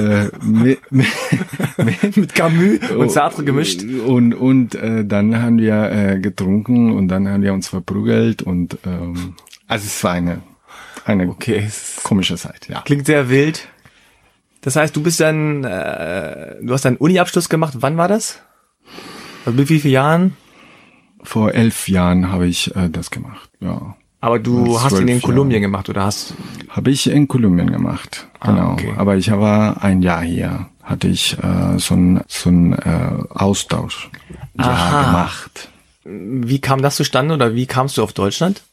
Mit Camus und Sartre gemischt. Und dann haben wir getrunken und dann haben wir uns verprügelt und also es war eine komische Zeit, ja. Klingt sehr wild. Das heißt, du bist dann, du hast deinen Uni-Abschluss gemacht. Wann war das? Also mit wie vielen Jahren? Vor 11 Jahren habe ich das gemacht, ja. Aber du hast ihn in Kolumbien gemacht, oder hast? Habe ich in Kolumbien gemacht, genau. Okay. Aber ich war ein Jahr hier, hatte ich so ein Austausch gemacht. Wie kam das zustande oder wie kamst du auf Deutschland?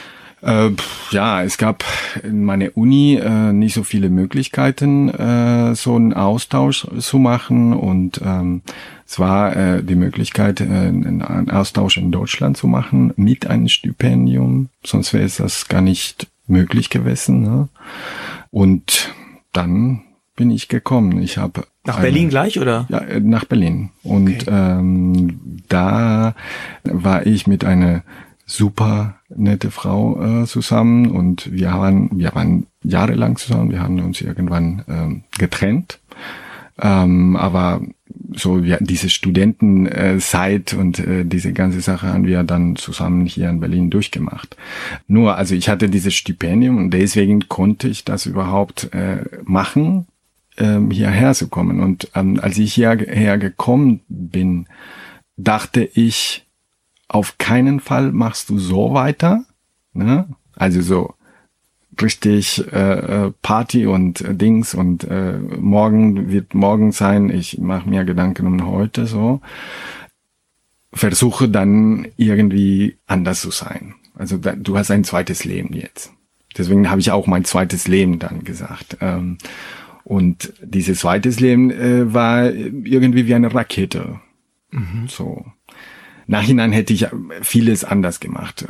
Ja, es gab in meiner Uni nicht so viele Möglichkeiten, so einen Austausch zu machen und es war die Möglichkeit, einen Austausch in Deutschland zu machen mit einem Stipendium, sonst wäre es das gar nicht möglich gewesen. Ne? Und dann bin ich gekommen. Ich habe nach Berlin gleich, oder? Ja, nach Berlin. Und okay. Da war ich mit einer super nette Frau zusammen und wir waren jahrelang zusammen, wir haben uns irgendwann getrennt, aber so diese Studentenzeit und diese ganze Sache haben wir dann zusammen hier in Berlin durchgemacht. Nur, also ich hatte dieses Stipendium und deswegen konnte ich das überhaupt machen, hierher zu kommen. Und als ich hierher gekommen bin, dachte ich, auf keinen Fall machst du so weiter, ne? Also so richtig Party und Dings und morgen wird morgen sein, ich mache mir Gedanken um heute so. Versuche dann irgendwie anders zu sein. Also du hast ein zweites Leben jetzt. Deswegen habe ich auch mein zweites Leben dann gesagt. Und dieses zweites Leben war irgendwie wie eine Rakete. So. Nachhinein hätte ich vieles anders gemacht,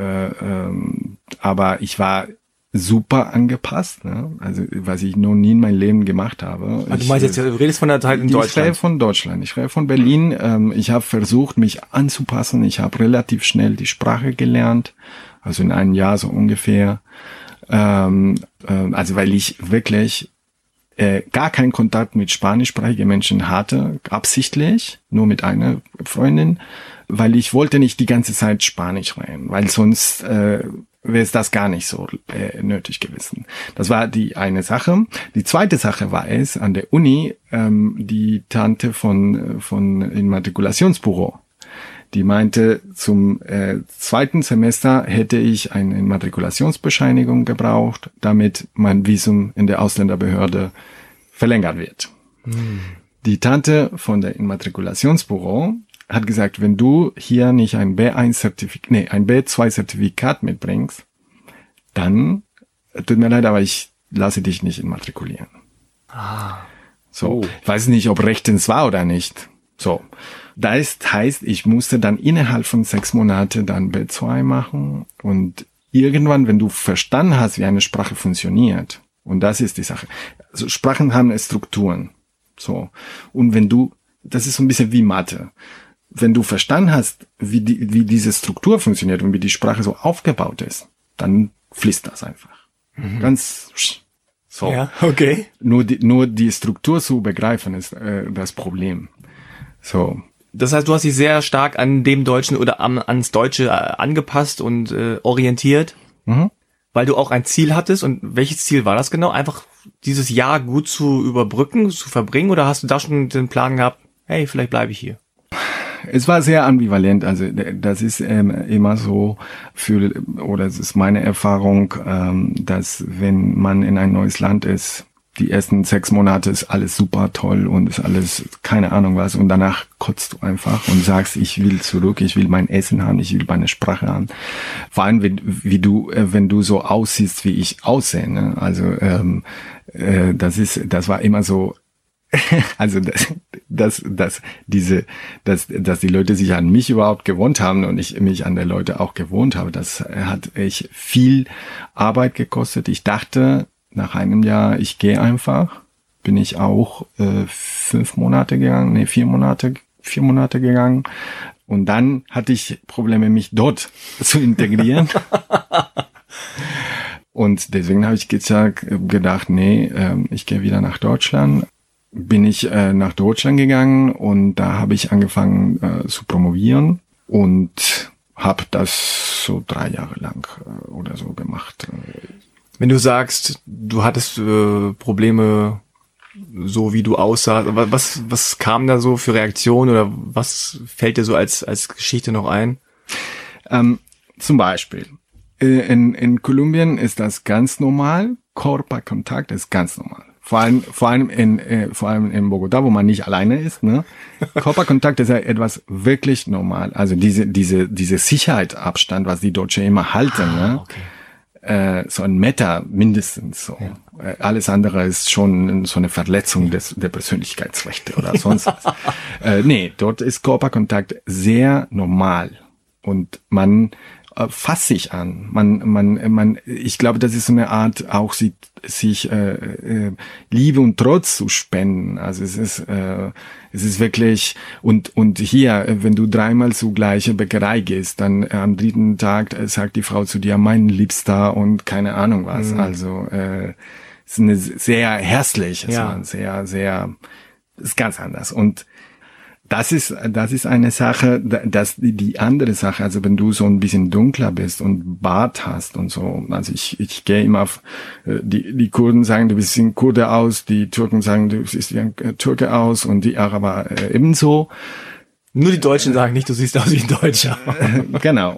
aber ich war super angepasst, ne? Also was ich noch nie in meinem Leben gemacht habe. Also du meinst jetzt, du redest von der Zeit in Deutschland? Ich rede von Deutschland, ich rede von Berlin. Ich habe versucht, mich anzupassen. Ich habe relativ schnell die Sprache gelernt, also in einem Jahr so ungefähr. Also weil ich wirklich gar keinen Kontakt mit spanischsprachigen Menschen hatte, absichtlich, nur mit einer Freundin, weil ich wollte nicht die ganze Zeit Spanisch reden, weil sonst wäre es das gar nicht so nötig gewesen. Das war die eine Sache. Die zweite Sache war es, an der Uni, die Tante von Immatrikulationsbüro, die meinte, zum zweiten Semester hätte ich eine Immatrikulationsbescheinigung gebraucht, damit mein Visum in der Ausländerbehörde verlängert wird. Die Tante von der Immatrikulationsbüro hat gesagt, wenn du hier nicht ein B2-Zertifikat mitbringst, dann tut mir leid, aber ich lasse dich nicht immatrikulieren. So, ich weiß nicht, ob rechtens war oder nicht. So, das heißt, ich musste dann innerhalb von 6 Monaten dann B2 machen und irgendwann, wenn du verstanden hast, wie eine Sprache funktioniert, und das ist die Sache. Also Sprachen haben Strukturen. So, und wenn du, das ist so ein bisschen wie Mathe. Wenn du verstanden hast, wie diese Struktur funktioniert und wie die Sprache so aufgebaut ist, dann fließt das einfach. Ganz so. Ja, okay. Nur die Struktur zu begreifen ist das Problem. So, Das heißt, du hast dich sehr stark an dem Deutschen oder ans Deutsche angepasst und orientiert, weil du auch ein Ziel hattest. Und welches Ziel war das genau? Einfach dieses Jahr gut zu überbrücken, zu verbringen? Oder hast du da schon den Plan gehabt, hey, vielleicht bleibe ich hier? Es war sehr ambivalent, also das ist immer so oder es ist meine Erfahrung, dass wenn man in ein neues Land ist, die ersten 6 Monate ist alles super toll und ist alles keine Ahnung was und danach kotzt du einfach und sagst, ich will zurück, ich will mein Essen haben, ich will meine Sprache haben. Vor allem, wenn du so aussiehst, wie ich aussehe, ne? Also das war immer so. Also dass die Leute sich an mich überhaupt gewohnt haben und ich mich an der Leute auch gewohnt habe, das hat echt viel Arbeit gekostet. Ich dachte nach einem Jahr, ich gehe einfach, bin ich auch 4 Monate gegangen und dann hatte ich Probleme, mich dort zu integrieren. Und deswegen habe ich gedacht, nee, ich gehe wieder nach Deutschland. Bin ich nach Deutschland gegangen und da habe ich angefangen zu promovieren und habe das so 3 Jahre lang oder so gemacht. Wenn du sagst, du hattest Probleme, so wie du aussahst, aber was kam da so für Reaktionen oder was fällt dir so als Geschichte noch ein? Zum Beispiel, in Kolumbien ist das ganz normal, Körperkontakt ist ganz normal. Vor allem in Bogotá, wo man nicht alleine ist, ne? Körperkontakt ist ja etwas wirklich normal. Also diese Sicherheitsabstand, was die Deutschen immer halten, ne? Okay. So 1 Meter mindestens, so. Ja. Alles andere ist schon so eine Verletzung der Persönlichkeitsrechte oder sonst was. Nee, dort ist Körperkontakt sehr normal. Und man fasst sich an. Ich glaube, das ist so eine Art, auch sich Liebe und Trotz zu spenden. Also es ist wirklich, und hier, wenn du 3-mal zur gleichen Bäckerei gehst, dann am 3. Tag sagt die Frau zu dir, mein Liebster und keine Ahnung was. Also, es ist eine sehr herzlich, sehr, ist ganz anders. Und das ist eine Sache, die andere Sache, also wenn du so ein bisschen dunkler bist und Bart hast und so, also ich gehe immer auf, die Kurden sagen, du bist wie ein Kurde aus, die Türken sagen, du siehst wie ein Türke aus und die Araber ebenso. Nur die Deutschen sagen nicht, du siehst aus wie ein Deutscher. Genau,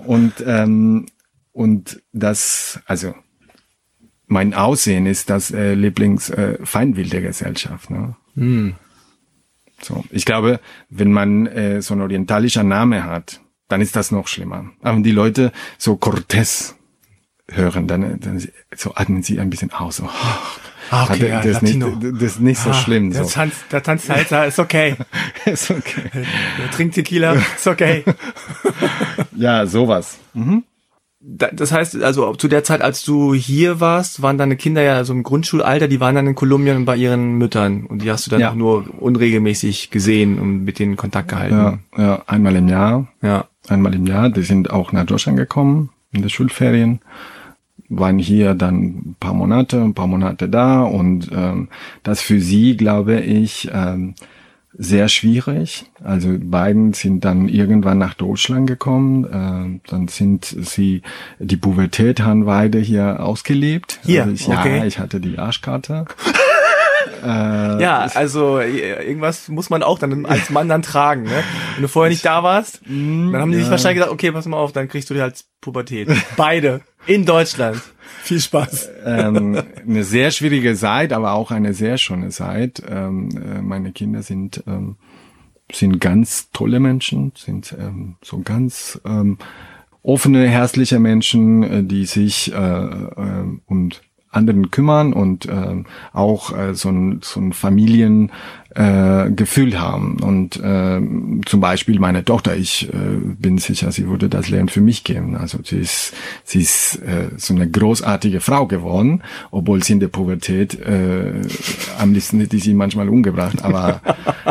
und das, also mein Aussehen ist das Lieblingsfeindbild der Gesellschaft, ne? So, ich glaube, wenn man so ein orientalischer Name hat, dann ist das noch schlimmer. Aber wenn die Leute so Cortés hören, dann so atmen sie ein bisschen aus. So, okay, das ist nicht so schlimm. Der tanzt Salsa, ist okay. Ist okay. Der trinkt Tequila, ist okay. Ja, sowas. Das heißt, also zu der Zeit, als du hier warst, waren deine Kinder ja so im Grundschulalter, die waren dann in Kolumbien bei ihren Müttern und die hast du dann auch nur unregelmäßig gesehen und mit denen Kontakt gehalten. Ja, einmal im Jahr. Ja. Einmal im Jahr. Die sind auch nach Deutschland gekommen in der Schulferien, waren hier dann ein paar Monate da und das für sie, glaube ich, sehr schwierig. Also beiden sind dann irgendwann nach Deutschland gekommen. Dann sind sie die Pubertät haben beide hier ausgelebt. Hier, also okay. Ich hatte die Arschkarte. Ja, also irgendwas muss man auch dann als Mann dann tragen, ne? Wenn du vorher nicht da warst, dann haben die sich wahrscheinlich gesagt, okay, pass mal auf, dann kriegst du dir halt Pubertät. Beide in Deutschland. Viel Spaß. Eine sehr schwierige Zeit, aber auch eine sehr schöne Zeit. Meine Kinder sind ganz tolle Menschen, sind so ganz offene, herzliche Menschen, die sich und anderen kümmern und auch so ein Familiengefühl haben. Und zum Beispiel meine Tochter, ich bin sicher, sie würde das Lernen für mich geben. Also sie ist so eine großartige Frau geworden, obwohl sie in der Pubertät am liebsten hätte ich sie manchmal umgebracht. Aber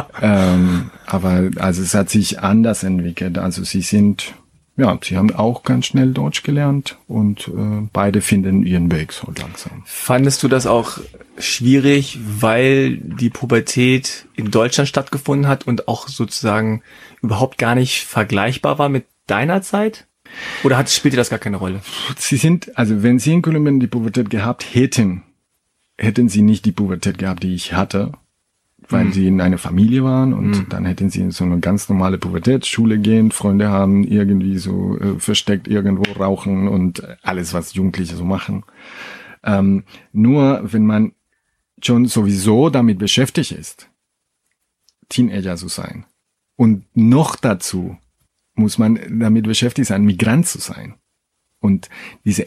also es hat sich anders entwickelt. Also sie haben auch ganz schnell Deutsch gelernt und beide finden ihren Weg so langsam. Fandest du das auch schwierig, weil die Pubertät in Deutschland stattgefunden hat und auch sozusagen überhaupt gar nicht vergleichbar war mit deiner Zeit? Oder spielte das gar keine Rolle? Wenn Sie in Kolumbien die Pubertät gehabt hätten Sie nicht die Pubertät gehabt, die ich hatte, weil Sie in einer Familie waren und dann hätten Sie so eine ganz normale Pubertät, Schule gehen, Freunde haben, irgendwie so versteckt irgendwo rauchen und alles, was Jugendliche so machen. Nur wenn man schon sowieso damit beschäftigt ist, Teenager zu sein. Und noch dazu muss man damit beschäftigt sein, Migrant zu sein. Und die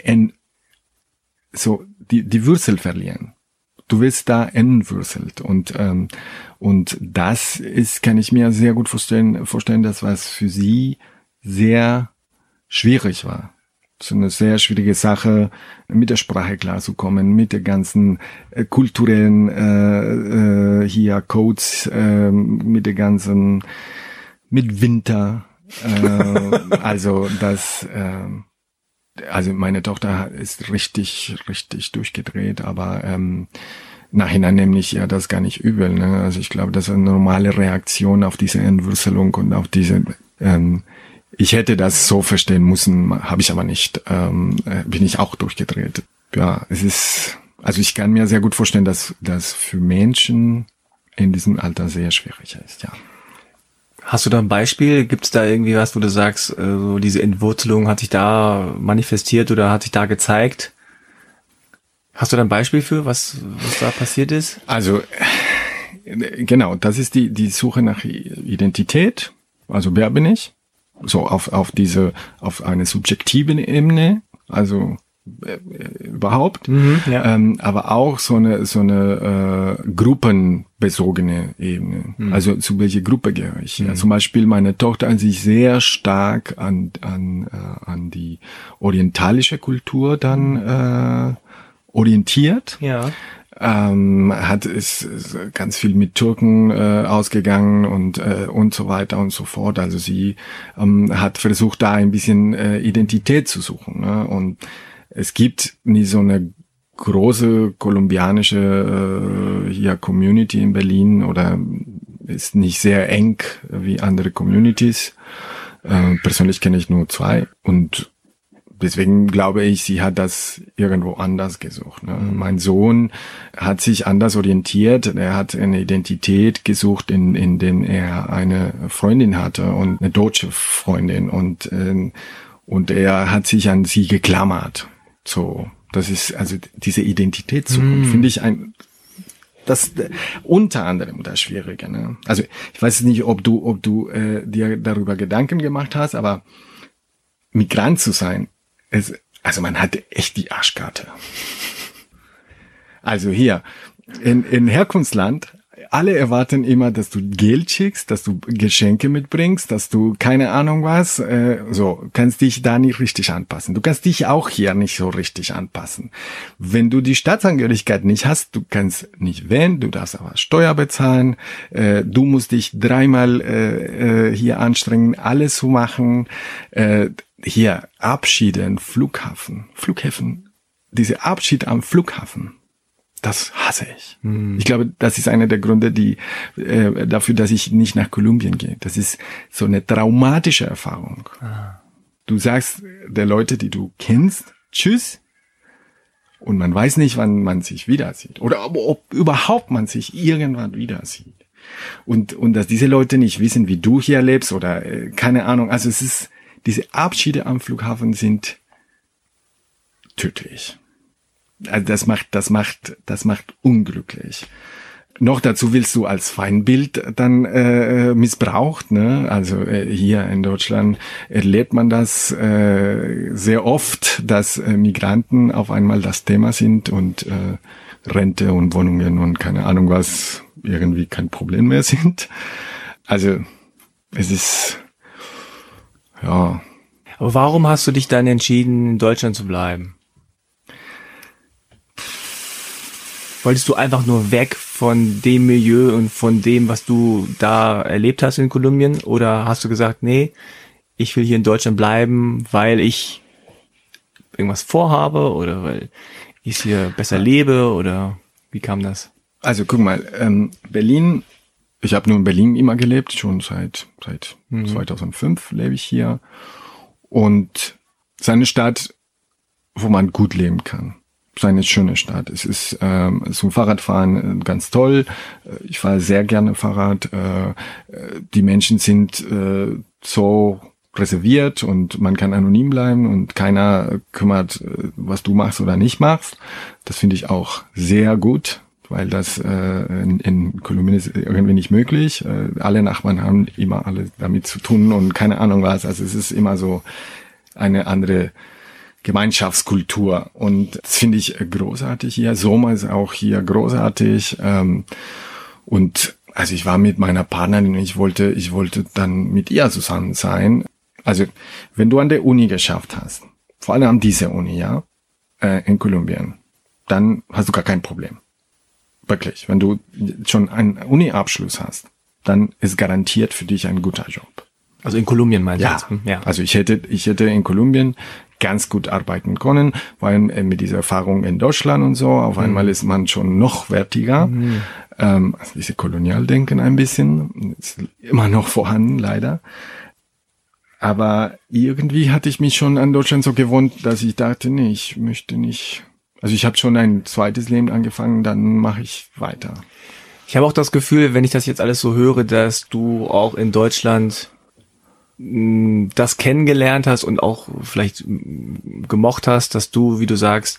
Wurzel verlieren. Du wirst da entwurzelt. Und das ist, kann ich mir sehr gut vorstellen, dass was für sie sehr schwierig war. So eine sehr schwierige Sache, mit der Sprache klarzukommen, mit der ganzen kulturellen Codes, mit Winter. Also meine Tochter ist richtig durchgedreht, aber nachhinein nehme ich ja das gar nicht übel. Ne? Also ich glaube, das ist eine normale Reaktion auf diese Entwurzelung und auf diese ich hätte das so verstehen müssen, habe ich aber nicht. Bin ich auch durchgedreht. Ja, ich kann mir sehr gut vorstellen, dass das für Menschen in diesem Alter sehr schwierig ist, ja. Hast du da ein Beispiel? Gibt es da irgendwie was, wo du sagst, so diese Entwurzelung hat sich da manifestiert oder hat sich da gezeigt? Hast du da ein Beispiel für, was da passiert ist? Also, genau, das ist die Suche nach Identität. Also, wer bin ich? So auf eine subjektive Ebene, also überhaupt, aber auch so eine gruppenbezogene Ebene. Also zu welcher Gruppe gehöre ich? Ja, zum Beispiel meine Tochter hat sich sehr stark an die orientalische Kultur dann orientiert. Ja. Ist ganz viel mit Türken ausgegangen und so weiter und so fort. Also sie hat versucht, da ein bisschen Identität zu suchen. Ne? Und es gibt nie so eine große kolumbianische Community in Berlin oder ist nicht sehr eng wie andere Communities. Persönlich kenne ich nur 2 und deswegen glaube ich, sie hat das irgendwo anders gesucht. Ne? Mein Sohn hat sich anders orientiert. Er hat eine Identität gesucht, in dem er eine Freundin hatte und eine deutsche Freundin und er hat sich an sie geklammert. So, das ist also diese Identitätssuche, finde ich das unter anderem das Schwierige. Ne? Also ich weiß nicht, ob du dir darüber Gedanken gemacht hast, aber Migrant zu sein, man hatte echt die Arschkarte. Also hier, in Herkunftsland, alle erwarten immer, dass du Geld schickst, dass du Geschenke mitbringst, dass du keine Ahnung was, kannst dich da nicht richtig anpassen. Du kannst dich auch hier nicht so richtig anpassen. Wenn du die Staatsangehörigkeit nicht hast, du kannst nicht wählen, du darfst aber Steuer bezahlen, du musst dich 3-mal hier anstrengen, alles zu machen, hier Abschiede im Flughäfen, diese Abschied am Flughafen, das hasse ich. Ich glaube, das ist einer der Gründe, dafür, dass ich nicht nach Kolumbien gehe. Das ist so eine traumatische Erfahrung. Du sagst der Leute, die du kennst, tschüss, und man weiß nicht, wann man sich wieder sieht oder ob überhaupt man sich irgendwann wieder sieht. Und dass diese Leute nicht wissen, wie du hier lebst oder keine Ahnung. Also diese Abschiede am Flughafen sind tödlich. Also das macht unglücklich. Noch dazu willst du als Feindbild dann missbraucht, ne? Also hier in Deutschland erlebt man das sehr oft, dass Migranten auf einmal das Thema sind und Rente und Wohnungen und keine Ahnung was irgendwie kein Problem mehr sind. Also es ist ja. Aber warum hast du dich dann entschieden, in Deutschland zu bleiben? Wolltest du einfach nur weg von dem Milieu und von dem, was du da erlebt hast in Kolumbien? Oder hast du gesagt, nee, ich will hier in Deutschland bleiben, weil ich irgendwas vorhabe oder weil ich hier besser lebe oder? Wie kam das? Also guck mal, Berlin, ich habe nur in Berlin immer gelebt, schon seit 2005 lebe ich hier. Und es ist eine Stadt, wo man gut leben kann. Es ist eine schöne Stadt. Es ist zum Fahrradfahren ganz toll. Ich fahre sehr gerne Fahrrad. Die Menschen sind so reserviert und man kann anonym bleiben und keiner kümmert, was du machst oder nicht machst. Das finde ich auch sehr gut, weil das in Kolumbien ist irgendwie nicht möglich. Alle Nachbarn haben immer alle damit zu tun und keine Ahnung was. Also es ist immer so eine andere Gemeinschaftskultur und das finde ich großartig hier. Sommer ist auch hier großartig und also ich war mit meiner Partnerin, ich wollte dann mit ihr zusammen sein. Also wenn du an der Uni geschafft hast, vor allem an dieser Uni, ja, in Kolumbien, dann hast du gar kein Problem. Wirklich. Wenn du schon einen Uni-Abschluss hast, dann ist garantiert für dich ein guter Job. Also in Kolumbien meinst du ja. jetzt? Ja. Also ich hätte in Kolumbien ganz gut arbeiten können, weil mit dieser Erfahrung in Deutschland und so, auf einmal ist man schon noch wertiger. Also diese Kolonialdenken ein bisschen, ist immer noch vorhanden, leider. Aber irgendwie hatte ich mich schon an Deutschland so gewohnt, dass ich dachte, nee, ich möchte nicht. Also ich habe schon ein zweites Leben angefangen, dann mache ich weiter. Ich habe auch das Gefühl, wenn ich das jetzt alles so höre, dass du auch in Deutschland das kennengelernt hast und auch vielleicht gemocht hast, dass du, wie du sagst,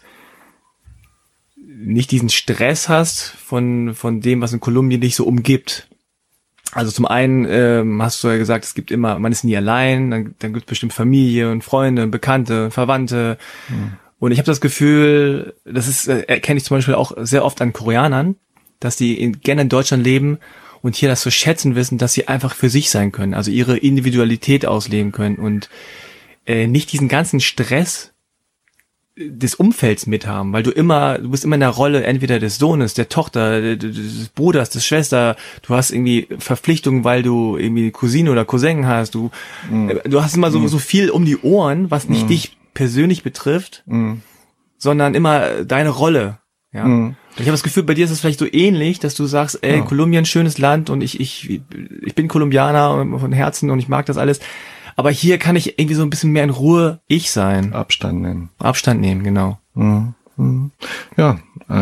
nicht diesen Stress hast von dem, was in Kolumbien dich so umgibt. Also zum einen hast du ja gesagt, es gibt immer, man ist nie allein, dann gibt es bestimmt Familie und Freunde, Bekannte, Verwandte. Und ich habe das Gefühl, das ist erkenne ich zum Beispiel auch sehr oft an Koreanern, dass die gerne in Deutschland leben und hier das zu schätzen wissen, dass sie einfach für sich sein können, also ihre Individualität ausleben können und nicht diesen ganzen Stress des Umfelds mithaben, weil du bist immer in der Rolle entweder des Sohnes, der Tochter, des Bruders, des Schwester, du hast irgendwie Verpflichtungen, weil du irgendwie Cousine oder Cousin hast, du hast immer so viel um die Ohren, was nicht dich persönlich betrifft, sondern immer deine Rolle, ja. Und ich habe das Gefühl, bei dir ist es vielleicht so ähnlich, dass du sagst, Kolumbien, schönes Land und ich bin Kolumbianer von Herzen und ich mag das alles. Aber hier kann ich irgendwie so ein bisschen mehr in Ruhe ich sein. Abstand nehmen, genau. Ja,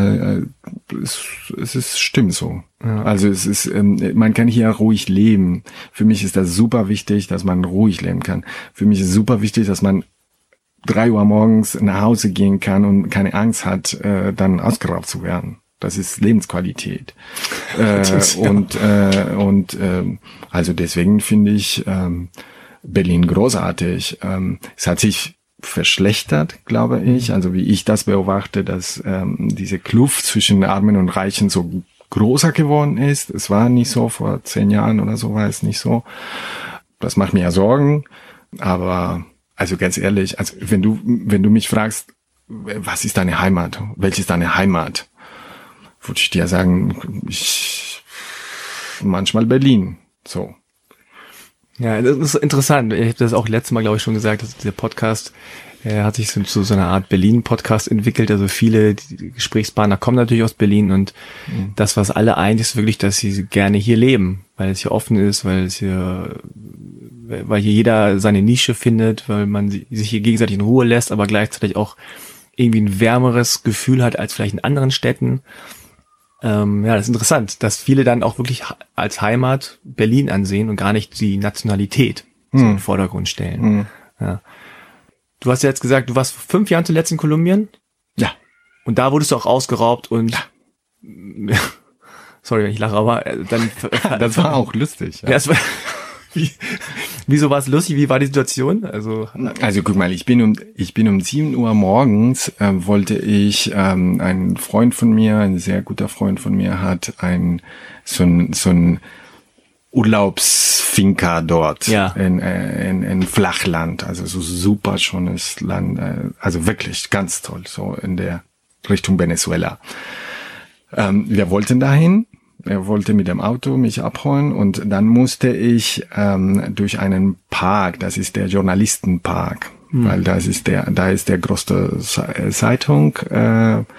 es ist stimmt so. Ja. Also es ist, man kann hier ruhig leben. Für mich ist das super wichtig, dass man ruhig leben kann. Für mich ist super wichtig, dass man 3 Uhr morgens nach Hause gehen kann und keine Angst hat, dann ausgeraubt zu werden. Das ist Lebensqualität. Also deswegen finde ich Berlin großartig. Es hat sich verschlechtert, glaube ich. Also wie ich das beobachte, dass diese Kluft zwischen Armen und Reichen so größer geworden ist. Es war nicht so vor 10 Jahren oder so, war es nicht so. Das macht mir ja Sorgen. Aber also ganz ehrlich, also wenn du mich fragst, was ist deine Heimat? Welche ist deine Heimat? Würde ich dir sagen, manchmal Berlin. So. Ja, das ist interessant. Ich habe das auch letztes Mal, glaube ich, schon gesagt, dass dieser Podcast hat sich zu so einer Art Berlin-Podcast entwickelt. Also viele Gesprächspartner kommen natürlich aus Berlin und das, was alle eint, ist wirklich, dass sie gerne hier leben, weil es hier offen ist, weil hier jeder seine Nische findet, weil man sich hier gegenseitig in Ruhe lässt, aber gleichzeitig auch irgendwie ein wärmeres Gefühl hat als vielleicht in anderen Städten. Ja, das ist interessant, dass viele dann auch wirklich als Heimat Berlin ansehen und gar nicht die Nationalität so in den Vordergrund stellen. Ja. Du hast ja jetzt gesagt, du warst vor 5 Jahren zuletzt in Kolumbien. Ja. Und da wurdest du auch ausgeraubt und sorry, wenn ich lache, aber dann das war auch lustig. Ja, wieso war es lustig? Wie war die Situation? Also guck mal, ich bin um 7 Uhr morgens wollte ich ein Freund von mir, ein sehr guter Freund von mir hat so ein Urlaubsfinca dort in Flachland, also so super schönes Land, also wirklich ganz toll, so in der Richtung Venezuela. Wir wollten dahin. Er wollte mit dem Auto mich abholen und dann musste ich durch einen Park, das ist der Journalistenpark, weil da ist der größte Zeitung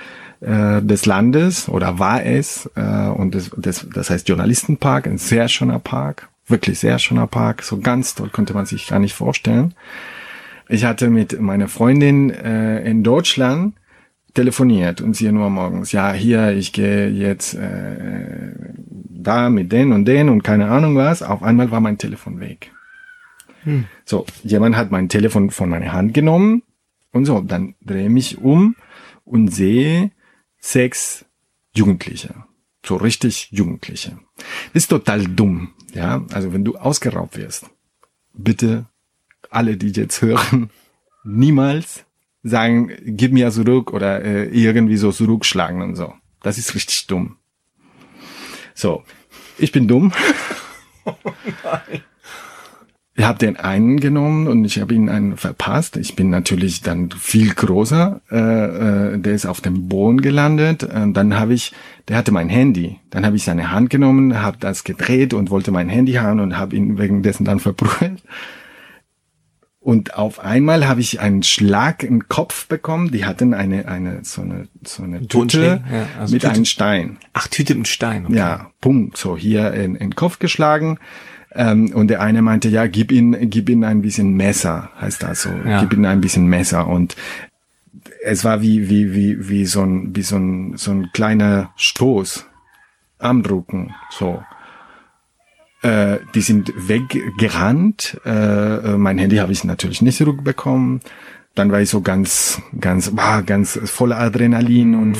des Landes oder war es und das heißt Journalistenpark, ein sehr schöner Park, wirklich sehr schöner Park, so ganz toll konnte man sich gar nicht vorstellen. Ich hatte mit meiner Freundin in Deutschland telefoniert und sie nur morgens, ja hier, ich gehe jetzt da mit den und keine Ahnung was, auf einmal war mein Telefon weg. So, jemand hat mein Telefon von meiner Hand genommen und so, dann drehe ich mich um und sehe 6 Jugendliche. So richtig Jugendliche. Das ist total dumm, ja. Also wenn du ausgeraubt wirst, bitte alle, die jetzt hören, niemals sagen, gib mir zurück oder irgendwie so zurückschlagen und so. Das ist richtig dumm. So, ich bin dumm. Oh nein. Ich habe den einen genommen und ich habe ihn einen verpasst. Ich bin natürlich dann viel größer. Der ist auf dem Boden gelandet. Dann der hatte mein Handy. Dann habe ich seine Hand genommen, habe das gedreht und wollte mein Handy haben und habe ihn wegen dessen dann verprügelt. Und auf einmal habe ich einen Schlag im Kopf bekommen. Die hatten so eine Tüte ja, also mit einem Stein. Ach, Tüte mit Stein. Okay. Ja, Punkt. So hier in den Kopf geschlagen. Und der eine meinte, ja, gib ihm ein bisschen Messer, heißt das so. Ja. Gib ihm ein bisschen Messer. Und es war wie so ein kleiner Stoß am Rücken, so. Die sind weggerannt. Mein Handy habe ich natürlich nicht zurückbekommen. Dann war ich so ganz voller Adrenalin und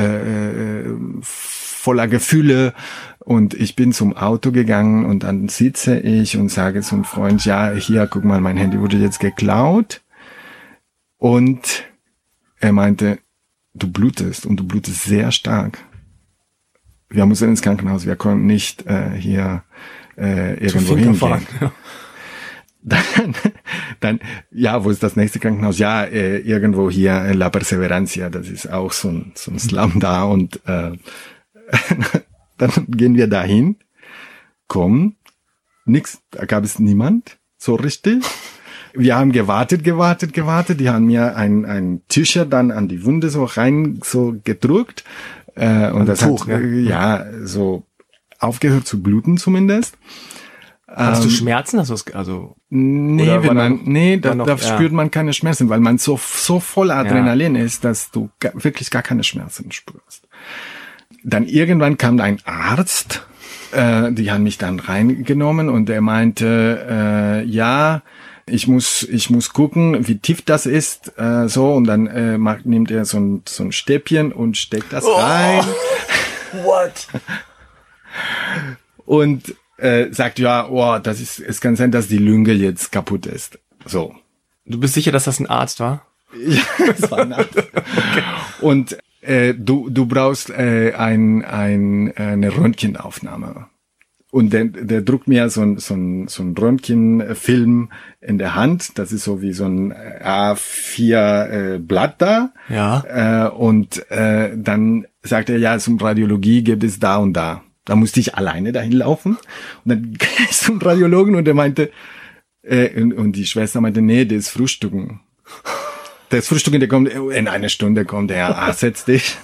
voller Gefühle. Und ich bin zum Auto gegangen und dann sitze ich und sage zum Freund, ja, hier, guck mal, mein Handy wurde jetzt geklaut. Und er meinte, du blutest und du blutest sehr stark. Wir mussten ins Krankenhaus, wir konnten nicht hier irgendwo hingehen. Dann, ja, wo ist das nächste Krankenhaus? Ja, irgendwo hier La Perseverancia, das ist auch so ein Slum da und dann gehen wir dahin, kommen, nix, da gab es niemand, so richtig. Wir haben gewartet, die haben mir ein T-Shirt dann an die Wunde so gedrückt und das Tuch, hat ja so aufgehört zu bluten zumindest. Hast du Schmerzen? Da spürt man keine Schmerzen, weil man so voll Adrenalin ist, dass du wirklich gar keine Schmerzen spürst. Dann irgendwann kam ein Arzt, die haben mich dann reingenommen und der meinte, ja, ich muss gucken, wie tief das ist, so, und dann nimmt er so ein Stäbchen und steckt das rein. What? Und sagt, ja, es kann sein, dass die Lunge jetzt kaputt ist. So. Du bist sicher, dass das ein Arzt war? Ja, das war ein Arzt. Okay. Und du brauchst eine Röntgenaufnahme. Und der druckt mir so ein Röntgenfilm in der Hand. Das ist so wie so ein A4 Blatt da. Ja. Und dann sagt er, ja, zum Radiologie gibt es da und da. Da musste ich alleine dahin laufen. Und dann ging ich zum Radiologen und der meinte, und die Schwester meinte, nee, der ist Frühstücken. Der kommt, in einer Stunde kommt er, setz dich.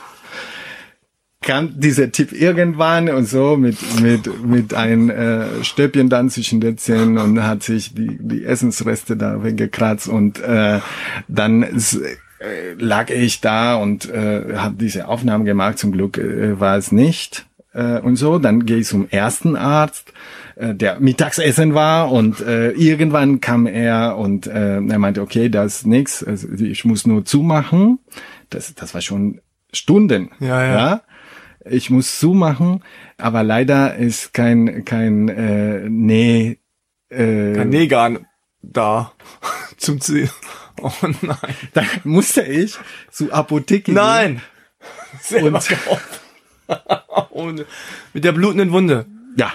Kam dieser Typ irgendwann und so mit ein Stäbchen dann zwischen den Zähnen und hat sich die Essensreste da weggekratzt und dann lag ich da und habe diese Aufnahmen gemacht. Zum Glück war es nicht und so. Dann gehe ich zum ersten Arzt, der Mittagsessen war und irgendwann kam er und er meinte, okay, das ist nix, also ich muss nur zumachen. Das war schon Stunden. Ja. Ich muss zumachen, aber leider ist kein Nähgarn da zum Ziel. Oh nein. Da musste ich zur Apotheke gehen. Selber und mit der blutenden Wunde. Ja.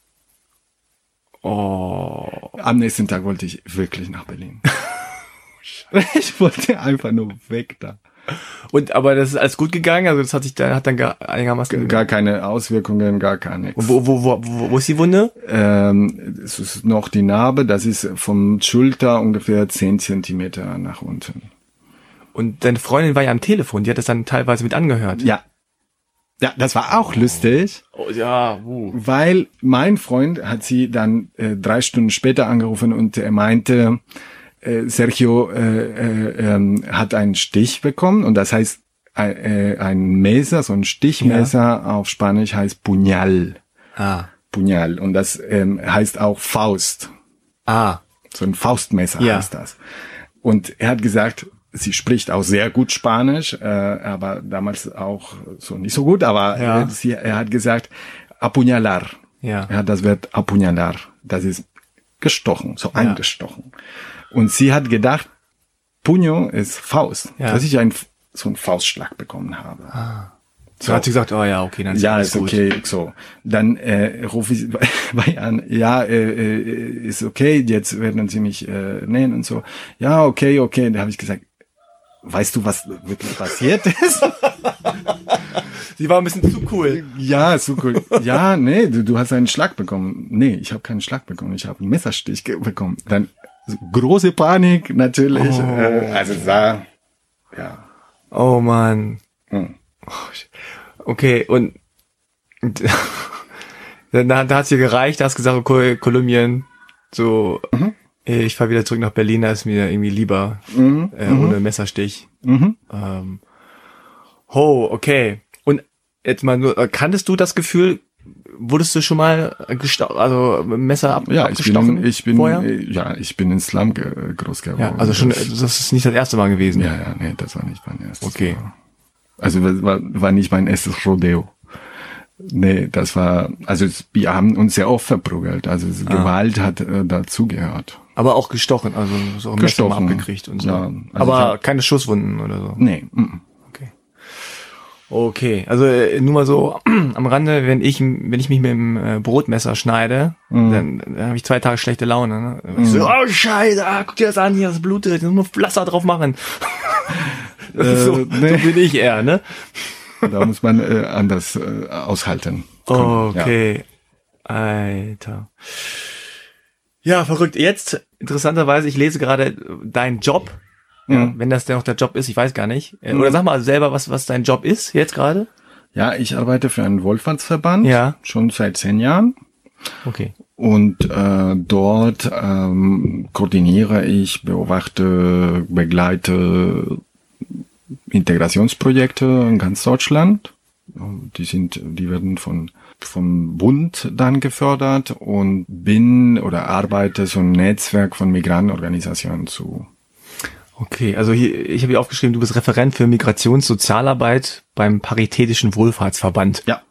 Oh. Am nächsten Tag wollte ich wirklich nach Berlin. Ich wollte einfach nur weg da. Aber das ist alles gut gegangen? Also das hat dann einigermaßen... Gar keine Auswirkungen, gar nichts. Wo ist die Wunde? Es ist noch die Narbe, das ist vom Schulter ungefähr 10 Zentimeter nach unten. Und deine Freundin war ja am Telefon, die hat das dann teilweise mit angehört. Ja. Ja, das war auch lustig. Oh, ja. Weil mein Freund hat sie dann 3 Stunden später angerufen und er meinte, Sergio hat einen Stich bekommen und das heißt, ein Messer, so ein Stichmesser auf Spanisch heißt Puñal. Puñal. Und das heißt auch Faust. So ein Faustmesser heißt das. Und er hat gesagt, sie spricht auch sehr gut Spanisch, aber damals auch so nicht so gut, aber er hat gesagt, apuñalar. Ja. Er hat das Wort apuñalar. Das ist gestochen, so angestochen. Und sie hat gedacht, Puño ist Faust, dass ich so einen Faustschlag bekommen habe. So hat sie gesagt, oh ja, okay, dann ist alles gut. Okay, so. Dann rufe ich bei an, ist okay, jetzt werden sie mich nähen und so. Ja, okay. Da habe ich gesagt, weißt du, was wirklich passiert ist? Sie war ein bisschen zu cool. Ja, zu cool. Ja, nee, du hast einen Schlag bekommen. Nee, ich habe keinen Schlag bekommen, ich habe einen Messerstich bekommen. Dann große Panik, natürlich. Also da, ja. Oh Mann. Okay, und da hat's dir gereicht, da hast gesagt, okay, Kolumbien, so, ich fahre wieder zurück nach Berlin, da ist mir irgendwie lieber, ohne Messerstich. Okay. Und jetzt mal nur, kanntest du das Gefühl, wurdest du schon mal Messer abgestochen? Ich bin in Slum groß geworden. Ja, also schon, das ist nicht das erste Mal gewesen. Ja, nee, das war nicht mein erstes Mal. Also das war nicht mein erstes Rodeo. Nee, das war, also wir haben uns sehr oft verprügelt, also Gewalt hat dazugehört. Aber auch gestochen, also so ein Messer mal abgekriegt und so. Ja, also aber keine Schusswunden oder so? Nee. Okay, also nur mal so am Rande, wenn ich mich mit dem Brotmesser schneide, dann habe ich 2 Tage schlechte Laune. Ne? Ich so, oh Scheiße, guck dir das an, hier das blutet, ich muss Pflaster drauf machen. So bin ich eher, ne? Da muss man anders aushalten. Okay, ja. Alter. Ja, verrückt. Jetzt, interessanterweise, ich lese gerade deinen Job. Ja, wenn das denn noch der Job ist, ich weiß gar nicht. Oder sag mal selber, was dein Job ist jetzt gerade? Ja, ich arbeite für einen Wohlfahrtsverband. Ja. Schon seit 10 Jahren. Okay. Und dort koordiniere ich, beobachte, begleite Integrationsprojekte in ganz Deutschland. Die werden vom Bund dann gefördert und arbeite so ein Netzwerk von Migrantenorganisationen zu. Okay, also ich habe hier aufgeschrieben, du bist Referent für Migrationssozialarbeit beim Paritätischen Wohlfahrtsverband. Ja.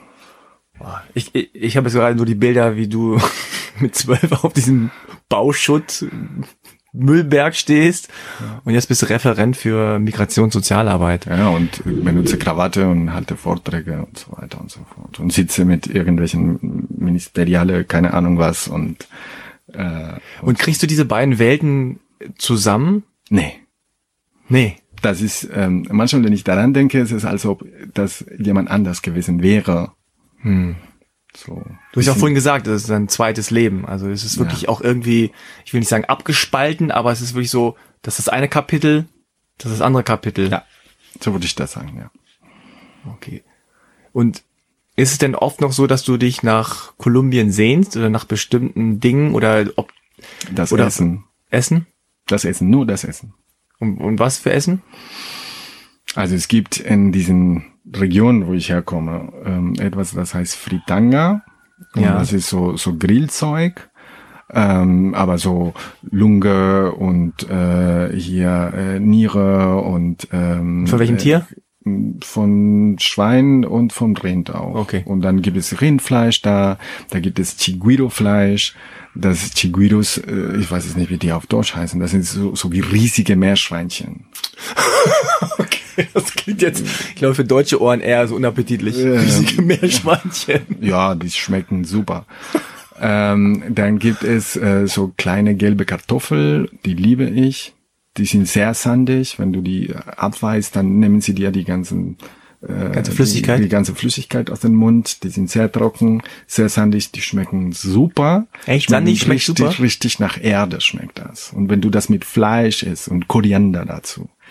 Ich habe jetzt gerade nur die Bilder, wie du mit 12 auf diesem Bauschutt Müllberg stehst und jetzt bist du Referent für Migrationssozialarbeit. Ja, und benutze Krawatte und halte Vorträge und so weiter und so fort. Und sitze mit irgendwelchen Ministeriale, keine Ahnung was. Und kriegst du diese beiden Welten zusammen? Nee. Das ist, manchmal, wenn ich daran denke, ist es, als ob das jemand anders gewesen wäre. So. Du hast ja auch vorhin gesagt, das ist ein zweites Leben. Also es ist wirklich auch irgendwie, ich will nicht sagen abgespalten, aber es ist wirklich so, das ist das eine Kapitel, das ist das andere Kapitel. Ja, so würde ich das sagen, ja. Okay. Und ist es denn oft noch so, dass du dich nach Kolumbien sehnst oder nach bestimmten Dingen oder Essen. Essen? Das Essen, nur das Essen. Und was für Essen? Also es gibt in diesen Regionen, wo ich herkomme, etwas, das heißt Fritanga. Und das ist so Grillzeug. Aber so Lunge und hier Niere und von welchem Tier? Von Schwein und vom Rind auch. Okay. Und dann gibt es Rindfleisch da gibt es Chigüiro-Fleisch. Das Chigüiros, ich weiß es nicht, wie die auf Deutsch heißen. Das sind so wie riesige Meerschweinchen. Okay, das klingt jetzt, ich glaube, für deutsche Ohren eher so unappetitlich. Riesige Meerschweinchen. Ja, die schmecken super. Dann gibt es so kleine gelbe Kartoffel, die liebe ich. Die sind sehr sandig. Wenn du die abweist, dann nehmen sie dir die ganze Flüssigkeit? Die ganze Flüssigkeit aus dem Mund. Die sind sehr trocken, sehr sandig. Die schmecken super. Echt? Sandig schmeckt super? Richtig nach Erde schmeckt das. Und wenn du das mit Fleisch isst und Koriander dazu.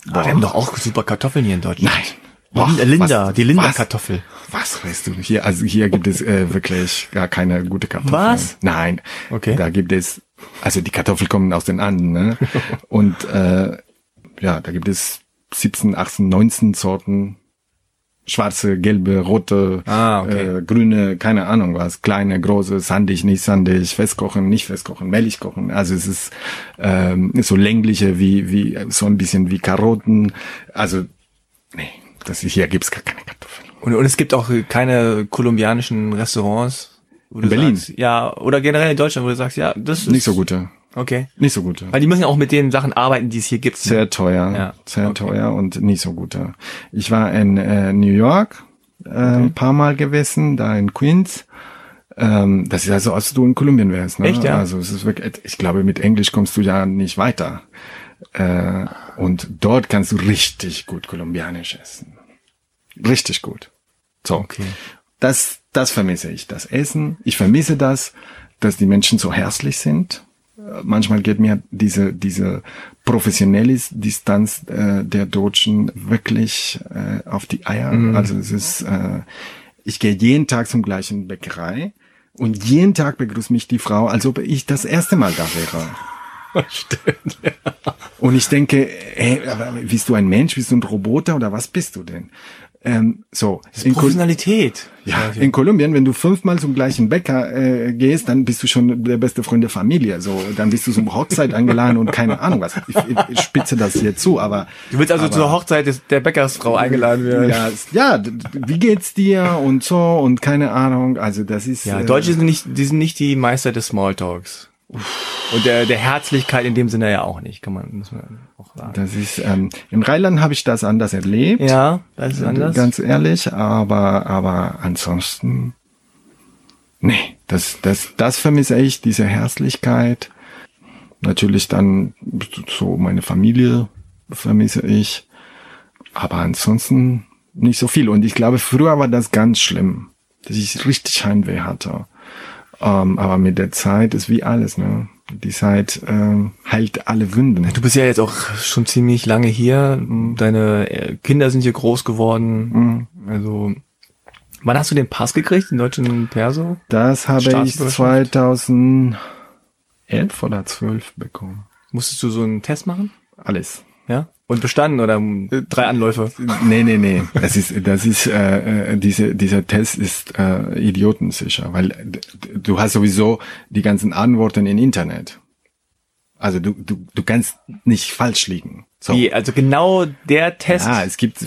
Wir haben doch auch super Kartoffeln hier in Deutschland. Nein. Die Linda-Kartoffel. Was weißt du hier? Also hier gibt es wirklich gar keine gute Kartoffel. Was? Nein. Okay. Da gibt es, also die Kartoffeln kommen aus den Anden, ne? Und da gibt es 17, 18, 19 Sorten. Schwarze, gelbe, rote, grüne, keine Ahnung was, kleine, große, sandig, nicht sandig, festkochen, nicht festkochen, mehlig kochen. Also es ist so längliche wie so ein bisschen wie Karotten. Also nee, hier gibt's gar keine Kartoffeln. Und es gibt auch keine kolumbianischen Restaurants, wo du in Berlin? Sagst, ja, oder generell in Deutschland, wo du sagst, ja, das ist nicht so gute. Okay. Nicht so gute. Weil die müssen ja auch mit den Sachen arbeiten, die es hier gibt. Sehr teuer, teuer und nicht so gute. Ich war in New York ein paar Mal gewesen, da in Queens. Das ist also, als du in Kolumbien wärst. Ne? Echt, ja? Also es ist wirklich, ich glaube, mit Englisch kommst du ja nicht weiter. Und dort kannst du richtig gut kolumbianisch essen. Richtig gut. So. Okay. Das vermisse ich, das Essen. Ich vermisse das, dass die Menschen so herzlich sind. Manchmal geht mir diese professionelle Distanz der Deutschen wirklich auf die Eier. Also es ist, ich gehe jeden Tag zum gleichen Bäckerei und jeden Tag begrüßt mich die Frau, als ob ich das erste Mal da wäre. Stimmt, ja. Und ich denke, aber bist du ein Mensch, bist du ein Roboter oder was bist du denn? So. Das ist Professionalität. Ja, in Kolumbien, wenn du 5-mal zum gleichen Bäcker gehst, dann bist du schon der beste Freund der Familie. So, dann bist du zum Hochzeit eingeladen und keine Ahnung was. Ich spitze das hier zu, aber du willst also zur Hochzeit der Bäckersfrau eingeladen werden. Ja, wie geht's dir und so und keine Ahnung. Also das ist. Ja, Deutsche sind nicht die Meister des Smalltalks. Und der Herzlichkeit in dem Sinne ja auch nicht, muss man auch sagen. Das ist, in Rheinland habe ich das anders erlebt. Ja, das ist anders. Ganz ehrlich, aber ansonsten, nee, das vermisse ich, diese Herzlichkeit. Natürlich dann so meine Familie vermisse ich, aber ansonsten nicht so viel. Und ich glaube, früher war das ganz schlimm, dass ich richtig Heimweh hatte. Aber mit der Zeit ist wie alles, ne? Die Zeit heilt alle Wunden. Du bist ja jetzt auch schon ziemlich lange hier. Deine Kinder sind hier groß geworden. Also, wann hast du den Pass gekriegt, den deutschen Perso? Das habe ich 2011 oder 12 bekommen. Musstest du so einen Test machen? Alles. Ja? Und bestanden oder 3 Anläufe? Nee. Dieser Test ist idiotensicher, weil du hast sowieso die ganzen Antworten im Internet. Also du kannst nicht falsch liegen. So. Wie, also genau der Test? Ja, es gibt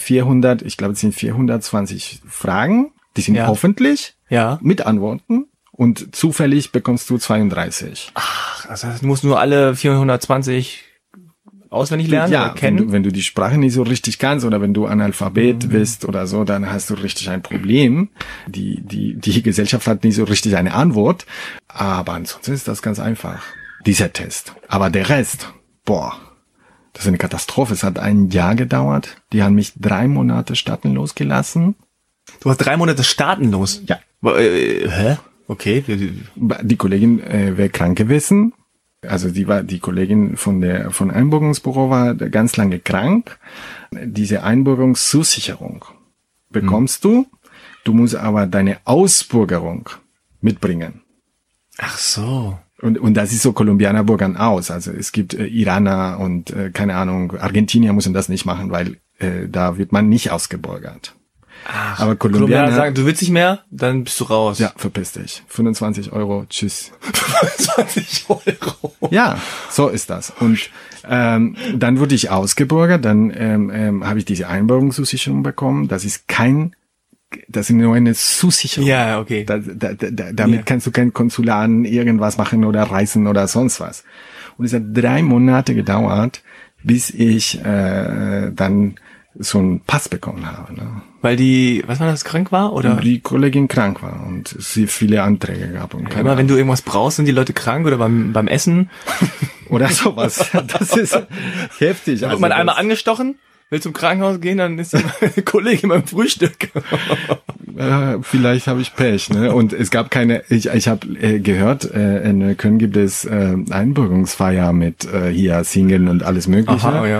420 Fragen, die sind öffentlich, mit Antworten. Und zufällig bekommst du 32. Ach, also du musst nur alle 420 auswendig lernen oder kennen? Wenn du die Sprache nicht so richtig kannst oder wenn du Analphabet bist oder so, dann hast du richtig ein Problem. Die Gesellschaft hat nicht so richtig eine Antwort. Aber ansonsten ist das ganz einfach, dieser Test. Aber der Rest, das ist eine Katastrophe. Es hat 1 Jahr gedauert. Die haben mich 3 Monate staatenlos gelassen. Du hast 3 Monate staatenlos? Ja. Hä? Okay. Die Kollegin wäre krank gewesen. Also die Kollegin von Einbürgerungsbüro war ganz lange krank. Diese Einbürgerungszusicherung bekommst du. Du musst aber deine Ausbürgerung mitbringen. Ach so. Und das ist so, Kolumbianer bürgern aus. Also es gibt Iraner und keine Ahnung, Argentinier müssen das nicht machen, weil da wird man nicht ausgebürgert. Ach, aber Kolumbianer sagen, du willst nicht mehr, dann bist du raus. Ja, verpiss dich. 25 €, tschüss. 25 €? Ja, so ist das. Und dann wurde ich ausgebürgert, dann habe ich diese Einbürgerungszusicherung bekommen. Das ist nur eine Zusicherung. Ja, okay. Damit kannst du kein Konsularen irgendwas machen oder reisen oder sonst was. Und es hat 3 Monate gedauert, bis ich dann so einen Pass bekommen habe. Ne? Weil was war das, krank war? Oder? Die Kollegin krank war und sie viele Anträge gab. Und immer wenn du irgendwas brauchst, sind die Leute krank oder beim Essen? Oder sowas. Das ist heftig. Wird man einmal angestochen, will zum Krankenhaus gehen, dann ist die Kollegin beim Frühstück. Vielleicht habe ich Pech. Ne? Und es gab keine, ich habe gehört, in Köln gibt es Einbürgerungsfeier mit hier Singen und alles mögliche. Aha, ja.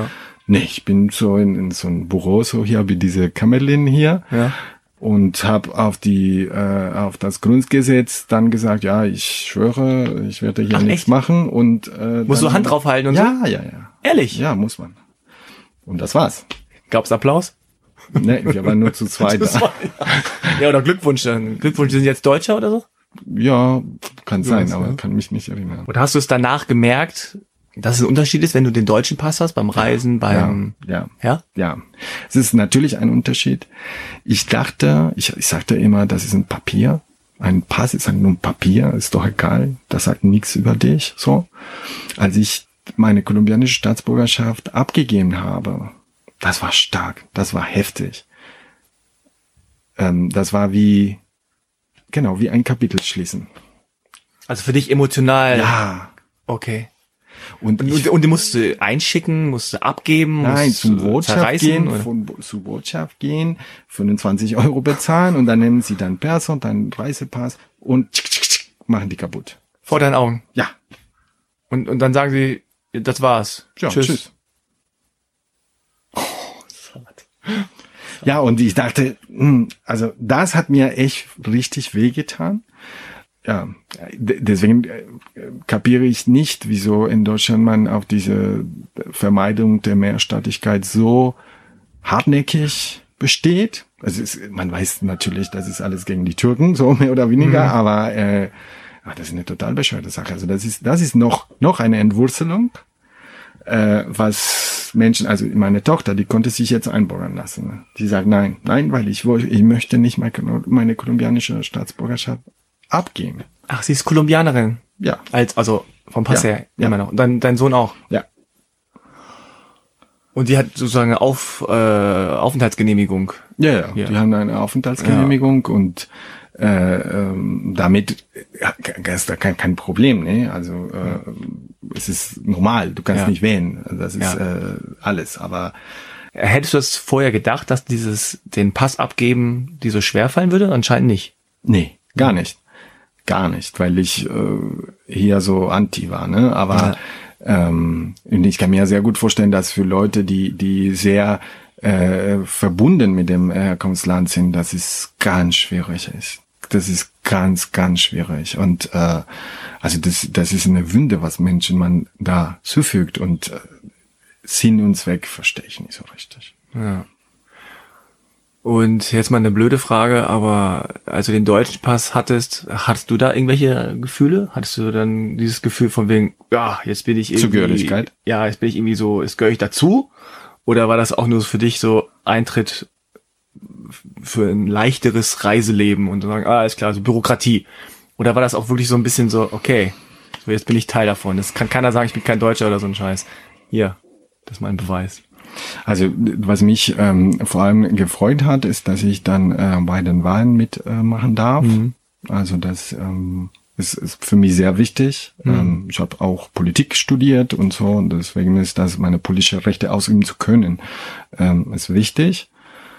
Nee, ich bin so in so ein Büro, so hier wie diese Kamerlin hier. Ja. Und habe auf das Grundgesetz dann gesagt, ja, ich schwöre, ich werde hier nichts echt? machen. Und Musst du Hand draufhalten und ja, so? Ja. Ehrlich? Ja, muss man. Und das war's. Gab's Applaus? Nee, wir waren nur zu zweit da. Ja, oder Glückwunsch dann. Glückwunsch, Sie sind jetzt Deutscher oder so? Ja, kann sein, aber ja. kann mich nicht erinnern. Oder hast du es danach gemerkt, dass es ein Unterschied ist, wenn du den deutschen Pass hast, beim Reisen, beim... Ja. Ja? Es ist natürlich ein Unterschied. Ich sagte immer, das ist ein Papier. Ein Pass ist halt nur ein Papier, ist doch egal. Das sagt nichts über dich, so. Als ich meine kolumbianische Staatsbürgerschaft abgegeben habe, das war stark, das war heftig. Das war wie ein Kapitel schließen. Also für dich emotional? Ja. Okay. Und du musst du einschicken, musst du abgeben? Nein, musst zum du Botschaft gehen, zur Botschaft gehen, 25 € bezahlen und dann nehmen sie deinen Perso und deinen Reisepass und machen die kaputt. Vor deinen Augen? Ja. Und dann sagen sie, das war's. Ja, tschüss. Ja, und ich dachte, also das hat mir echt richtig wehgetan. Ja, deswegen kapiere ich nicht, wieso in Deutschland man auf diese Vermeidung der Mehrstaatlichkeit so hartnäckig besteht. Also man weiß natürlich, das ist alles gegen die Türken, so mehr oder weniger, aber das ist eine total bescheuerte Sache. Also das ist noch eine Entwurzelung, was Menschen, also meine Tochter, die konnte sich jetzt einbürgern lassen. Die sagt nein, weil ich möchte nicht meine kolumbianische Staatsbürgerschaft abgeben. Ach, sie ist Kolumbianerin? Ja. Also vom Pass her immer noch. Und dein Sohn auch? Ja. Und die hat sozusagen eine Aufenthaltsgenehmigung? Ja. Die haben eine Aufenthaltsgenehmigung und damit ist da kein Problem, ne? Also es ist normal, du kannst nicht wählen. Das ist alles, aber hättest du das vorher gedacht, dass den Pass abgeben dir so schwer fallen würde? Anscheinend nicht. Nee, gar nicht, weil ich hier so anti war, ne? Aber ich kann mir sehr gut vorstellen, dass für Leute, die sehr verbunden mit dem Herkunftsland sind, dass es ganz schwierig ist. Das ist ganz, ganz schwierig. Und also das ist eine Wunde, was man da zufügt. Und Sinn und Zweck verstehe ich nicht so richtig. Ja. Und jetzt mal eine blöde Frage, aber als du den deutschen Pass hattest du da irgendwelche Gefühle? Hattest du dann dieses Gefühl von wegen, ja, jetzt bin ich irgendwie... Zugehörigkeit? Ja, jetzt bin ich irgendwie so, jetzt gehöre ich dazu? Oder war das auch nur für dich so Eintritt für ein leichteres Reiseleben und sagen, ist klar, so Bürokratie? Oder war das auch wirklich so ein bisschen so, okay, so jetzt bin ich Teil davon. Das kann keiner sagen, ich bin kein Deutscher oder so ein Scheiß. Hier, das ist mein Beweis. Also was mich vor allem gefreut hat, ist, dass ich dann bei den Wahlen mitmachen darf. Also das ist für mich sehr wichtig. Ich habe auch Politik studiert und so, und deswegen ist das, meine politische Rechte ausüben zu können, ist wichtig.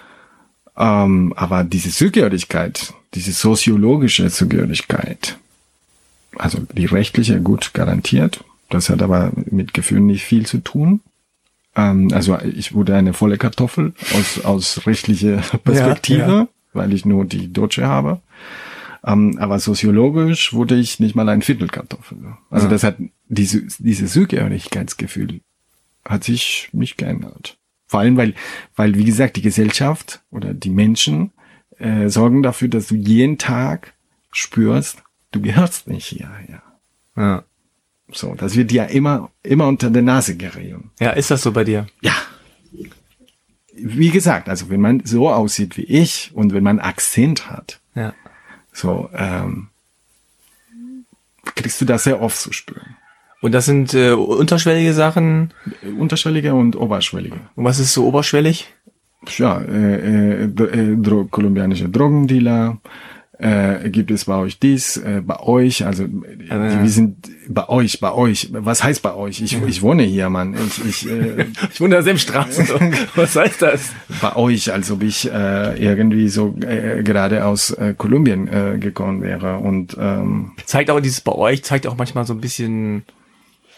Aber diese Zugehörigkeit, diese soziologische Zugehörigkeit, also die rechtliche, gut garantiert, das hat aber mit Gefühlen nicht viel zu tun. Also ich wurde eine volle Kartoffel aus rechtlicher Perspektive, weil ich nur die deutsche habe. Aber soziologisch wurde ich nicht mal ein Viertelkartoffel. Also das hat dieses Zugehörigkeitsgefühl hat sich nicht geändert. Vor allem, weil wie gesagt, die Gesellschaft oder die Menschen sorgen dafür, dass du jeden Tag spürst, du gehörst nicht hierher. Ja. So, das wird dir immer unter der Nase gerieben. Ja, ist das so bei dir? Ja. Wie gesagt, also wenn man so aussieht wie ich und wenn man Akzent hat, so kriegst du das sehr oft zu spüren. Und das sind unterschwellige Sachen? Unterschwellige und oberschwellige. Und was ist so oberschwellig? Ja, kolumbianische Drogendealer. Gibt es bei euch dies, bei euch, also wir sind bei euch, was heißt bei euch? Ich wohne hier, Mann. Ich wohne in derselben Straße. Was heißt das? Bei euch, als ob ich irgendwie so gerade aus Kolumbien gekommen wäre. Und zeigt auch dieses bei euch, zeigt auch manchmal so ein bisschen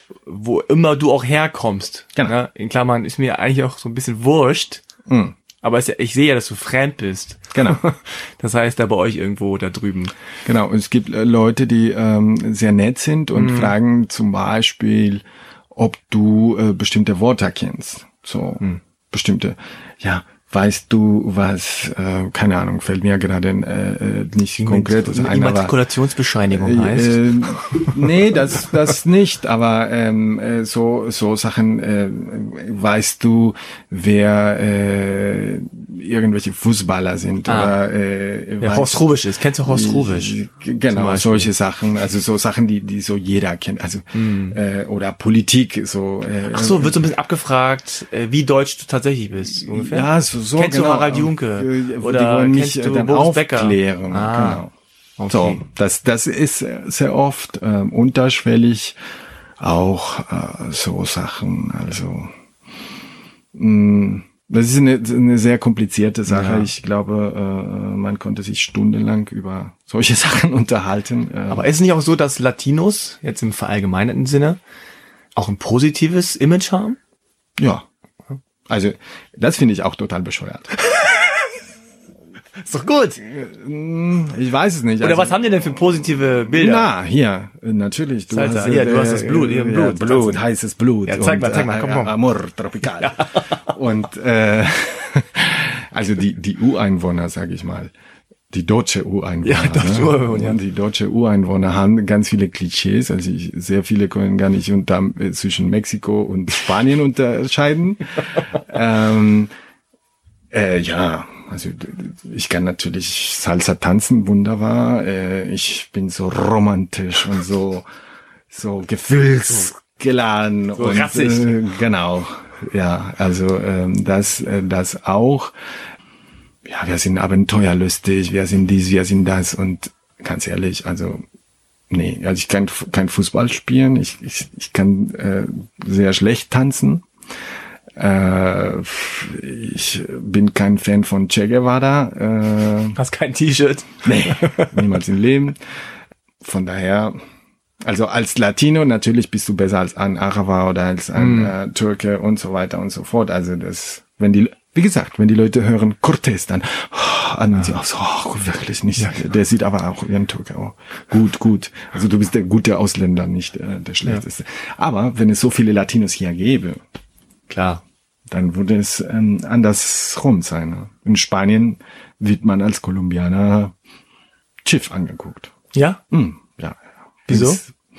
wo immer du auch herkommst. Genau. Ja, in Klammern ist mir eigentlich auch so ein bisschen wurscht. Mhm. Aber ich sehe ja, dass du fremd bist. Genau. Das heißt, da bei euch irgendwo da drüben. Genau, und es gibt Leute, die sehr nett sind und fragen zum Beispiel, ob du bestimmte Worte kennst. So bestimmte, ja, weißt du, was, keine Ahnung, fällt mir gerade nicht konkret ein. Immatrikulationsbescheinigung heißt? Nee, das nicht, aber so Sachen, weißt du, wer irgendwelche Fußballer sind oder ja, Horst Hrubesch ist. Kennst du Horst Hrubesch? Genau, solche Sachen, also so Sachen, die so jeder kennt, also oder Politik, so. Ach so, wird so ein bisschen abgefragt, wie deutsch du tatsächlich bist, ungefähr? Ja, so kennst genau. du Harald Junke? Oder kennst du dann Boris aufklären? Becker? Ah, genau. okay. So, das ist sehr oft unterschwellig auch so Sachen, also das ist eine sehr komplizierte Sache. Ja. Ich glaube, man konnte sich stundenlang über solche Sachen unterhalten. Aber ist es nicht auch so, dass Latinos jetzt im verallgemeinerten Sinne auch ein positives Image haben? Ja. Also, das finde ich auch total bescheuert. Ist doch gut. Ich weiß es nicht. Oder was haben die denn für positive Bilder? Na, hier, natürlich. Du hast das Blut, ihr Blut. Blut, heißes Blut. Ja, zeig mal, komm. Amor tropical. Ja. Und, also die Ureinwohner, sage ich mal. Die deutsche Ureinwohner. Ja, Die deutsche Ureinwohner haben ganz viele Klischees. Also sehr viele können gar nicht zwischen Mexiko und Spanien unterscheiden. Ja, also ich kann natürlich Salsa tanzen, wunderbar. Ich bin so romantisch und so gefühlsgeladen so und rassig. Genau. Ja, also das auch. Ja, wir sind abenteuerlustig, wir sind dies, wir sind das und ganz ehrlich, also nee, also ich kann kein Fußball spielen, ich kann sehr schlecht tanzen. Ich bin kein Fan von Che Guevara. Hast kein T-Shirt? Nee, niemals im Leben. Von daher, also als Latino natürlich bist du besser als ein Araber oder als ein Türke und so weiter und so fort. Also wie gesagt, wenn die Leute hören Cortés, dann atmen sie auch so, wirklich nicht. Ja. Der sieht aber auch wie ein Türke. Oh, gut. Also du bist der gute Ausländer, nicht der schlechteste. Ja. Aber wenn es so viele Latinos hier gäbe, klar, dann würde es andersrum sein. Ne? In Spanien wird man als Kolumbianer Schiff angeguckt. Ja? Ja. Wieso?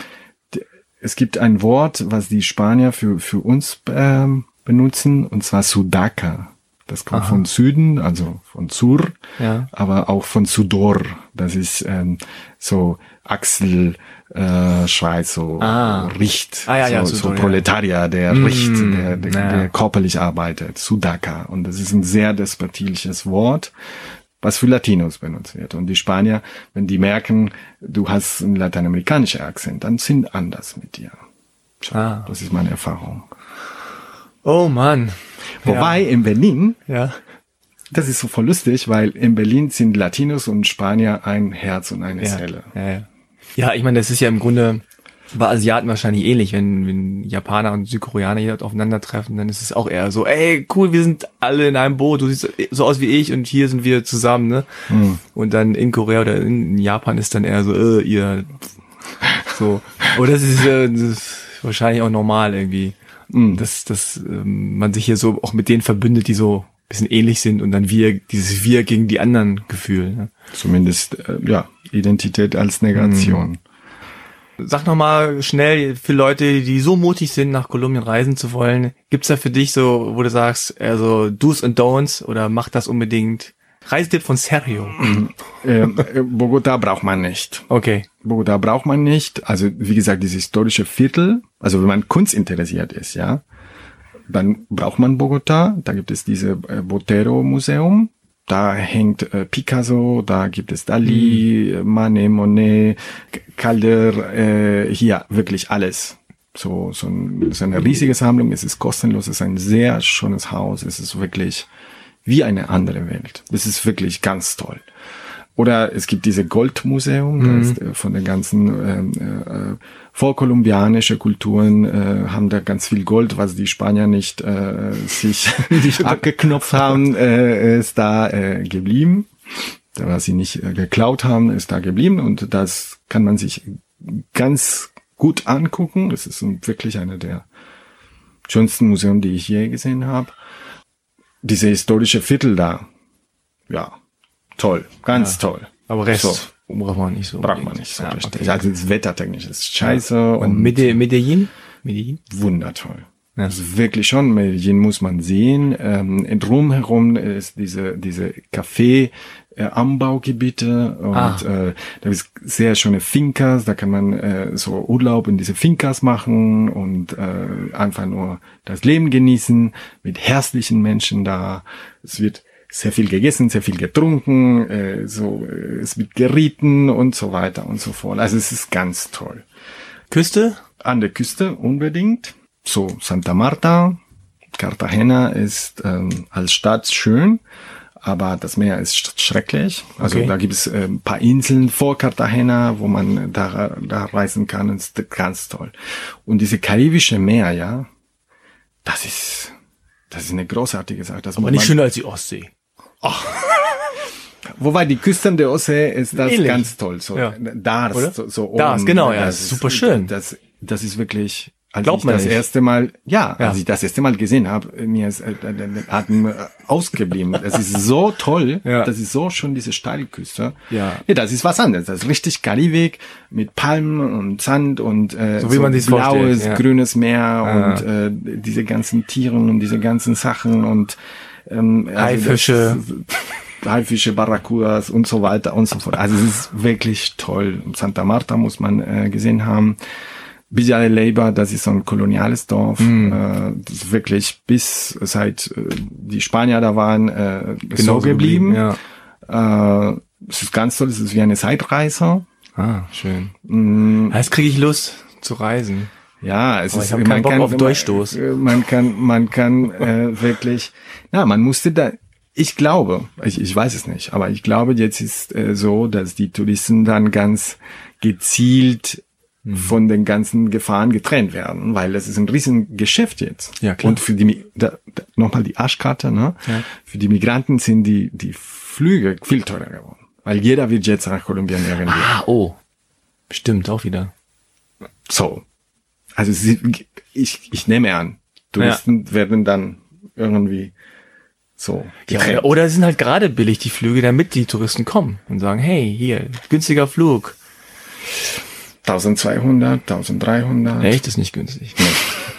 Es gibt ein Wort, was die Spanier für uns benutzen, und zwar Sudaca. Das kommt von Süden, also von Sur, ja. Aber auch von Sudor. Das ist so Achselschweiß, so Richt, so Proletarier, der Richt, der körperlich arbeitet, Sudaca. Und das ist ein sehr despektierliches Wort, was für Latinos benutzt wird. Und die Spanier, wenn die merken, du hast einen lateinamerikanischen Akzent, dann sind anders mit dir. Das ist meine Erfahrung. Oh Mann. Wobei in Berlin, ja, das ist so voll lustig, weil in Berlin sind Latinos und Spanier ein Herz und eine Seele. Ja, ich meine, das ist ja im Grunde bei Asiaten wahrscheinlich ähnlich, wenn Japaner und Südkoreaner hier aufeinandertreffen, dann ist es auch eher so, ey, cool, wir sind alle in einem Boot, du siehst so aus wie ich und hier sind wir zusammen, ne? Und dann in Korea oder in Japan ist dann eher so, ihr, so. Aber das ist wahrscheinlich auch normal irgendwie. Dass man sich hier so auch mit denen verbündet, die so ein bisschen ähnlich sind und dann dieses Wir gegen die anderen Gefühl. Ne? Zumindest, Identität als Negation. Sag nochmal schnell für Leute, die so mutig sind, nach Kolumbien reisen zu wollen, gibt's da für dich so, wo du sagst, also Do's und Don'ts oder mach das unbedingt? Reisetipp von Sergio. Bogotá braucht man nicht. Okay. Bogotá braucht man nicht. Also, wie gesagt, dieses historische Viertel, also wenn man Kunst interessiert ist, ja, dann braucht man Bogotá. Da gibt es diese Botero-Museum. Da hängt Picasso, da gibt es Dali, Manet, Monet, Calder, hier wirklich alles. So eine riesige Sammlung. Es ist kostenlos, es ist ein sehr schönes Haus. Es ist wirklich wie eine andere Welt. Das ist wirklich ganz toll. Oder es gibt diese Goldmuseum, das ist von den ganzen vorkolumbianische Kulturen haben da ganz viel Gold, was die Spanier nicht sich abgeknopft haben, ist da geblieben. Was sie nicht geklaut haben, ist da geblieben und das kann man sich ganz gut angucken. Das ist wirklich eine der schönsten Museen, die ich je gesehen habe. Diese historische Viertel da, ja, toll, ganz toll. Aber Rest braucht man nicht so. Braucht man nicht so. Okay. Also das Wettertechnisch ist scheiße. Und Medellin? Wundertoll. Ja. Also wirklich schon, Medellin muss man sehen. Drumherum ist diese Kaffee, Anbaugebiete und da ist sehr schöne Fincas, da kann man so Urlaub in diese Fincas machen und einfach nur das Leben genießen mit herzlichen Menschen da. Es wird sehr viel gegessen, sehr viel getrunken, es wird geritten und so weiter und so fort. Also es ist ganz toll. Küste? An der Küste unbedingt. So Santa Marta, Cartagena ist als Stadt schön. Aber das Meer ist schrecklich. Also da gibt es ein paar Inseln vor Cartagena, wo man da reisen kann. Das ist ganz toll. Und diese karibische Meer, ja, das ist eine großartige Sache. Aber nicht schöner als die Ostsee. Ach. Wobei die Küsten der Ostsee ist das ähnlich. Ganz toll. So Dars, so oben. Dars, genau, ja, das ist super schön. Das ist wirklich. Als ich das erste Mal gesehen habe, mir ist der Atem ausgeblieben. Das ist so toll. Ja. Das ist so schon diese Steilküste. Ja, das ist was anderes. Das ist richtig Karibik mit Palmen und Sand und so wie man sich blaues, grünes Meer Ja. und diese ganzen Tieren und diese ganzen Sachen und Haifische. Haifische, Barracudas und so weiter und so fort. Also es ist wirklich toll. Santa Marta muss man gesehen haben. Villa de Leyva, das ist so ein koloniales Dorf, das ist wirklich bis seit die Spanier da waren so geblieben. Ja. Es ist ganz toll, es ist wie eine Zeitreise. Ah, schön. Jetzt kriege ich Lust zu reisen. Ja, es ist man kann Bock auf Durchstoß. Man kann wirklich, man musste da, ich glaube, ich weiß es nicht, aber ich glaube, jetzt ist so, dass die Touristen dann ganz gezielt von den ganzen Gefahren getrennt werden, weil das ist ein riesen Geschäft jetzt. Ja, klar. Und für die, nochmal die Arschkarte, ne? Ja. Für die Migranten sind die Flüge viel teurer geworden. Weil jeder will jetzt nach Kolumbien irgendwie. Stimmt, auch wieder. So. Also ich nehme an, Touristen werden dann irgendwie so getrennt. Ja, oder es sind halt gerade billig die Flüge, damit die Touristen kommen und sagen, hey, hier, günstiger Flug. 1200, 1300. Echt? Ist nicht günstig. Nee.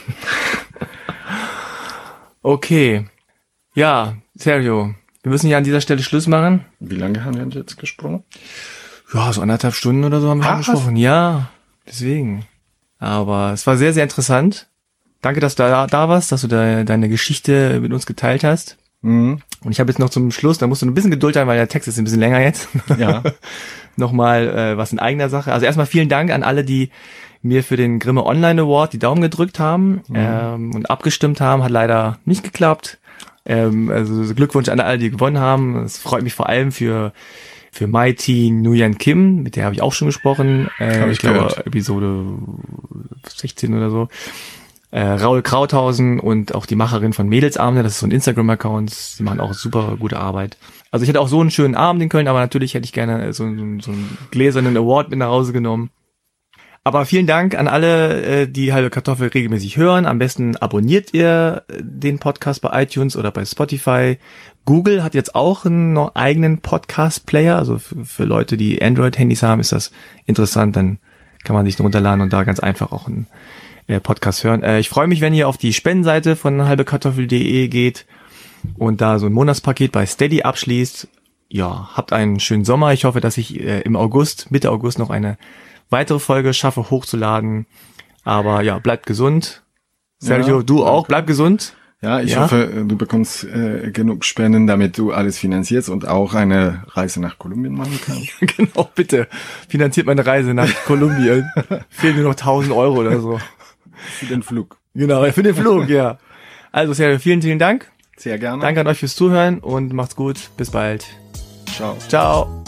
Okay. Ja, Sergio, wir müssen ja an dieser Stelle Schluss machen. Wie lange haben wir jetzt gesprochen? Ja, so 1,5 Stunden oder so haben wir schon gesprochen. Ja, deswegen. Aber es war sehr, sehr interessant. Danke, dass du da warst, dass du deine Geschichte mit uns geteilt hast. Mhm. Und ich habe jetzt noch zum Schluss, da musst du ein bisschen Geduld haben, weil der Text ist ein bisschen länger jetzt. Ja. Nochmal was in eigener Sache. Also erstmal vielen Dank an alle, die mir für den Grimme Online Award die Daumen gedrückt haben und abgestimmt haben. Hat leider nicht geklappt. Also Glückwunsch an alle, die gewonnen haben. Es freut mich vor allem für Mighty Nguyen Kim, mit der habe ich auch schon gesprochen. Ich glaube Episode 16 oder so. Raul Krauthausen und auch die Macherin von Mädelsabende, das ist so ein Instagram-Account, die machen auch super gute Arbeit. Also ich hätte auch so einen schönen Abend in Köln, aber natürlich hätte ich gerne so einen gläsernen Award mit nach Hause genommen. Aber vielen Dank an alle, die Halbe Kartoffel regelmäßig hören. Am besten abonniert ihr den Podcast bei iTunes oder bei Spotify. Google hat jetzt auch einen eigenen Podcast-Player, also für Leute, die Android-Handys haben, ist das interessant, dann kann man sich den runterladen und da ganz einfach auch einen Podcast hören. Ich freue mich, wenn ihr auf die Spendenseite von halbekartoffel.de geht und da so ein Monatspaket bei Steady abschließt. Ja, habt einen schönen Sommer. Ich hoffe, dass ich Mitte August noch eine weitere Folge schaffe hochzuladen. Aber ja, bleibt gesund. Sergio, ja, du auch, bleib gesund. Ja, ich hoffe, du bekommst genug Spenden, damit du alles finanzierst und auch eine Reise nach Kolumbien machen kannst. Genau, bitte. Finanziert meine Reise nach Kolumbien. Fehlen nur noch 1.000 Euro oder so. Für den Flug. Genau, für den Flug, ja. Also Sergio, vielen Dank. Sehr gerne. Danke an euch fürs Zuhören und macht's gut. Bis bald. Ciao. Ciao.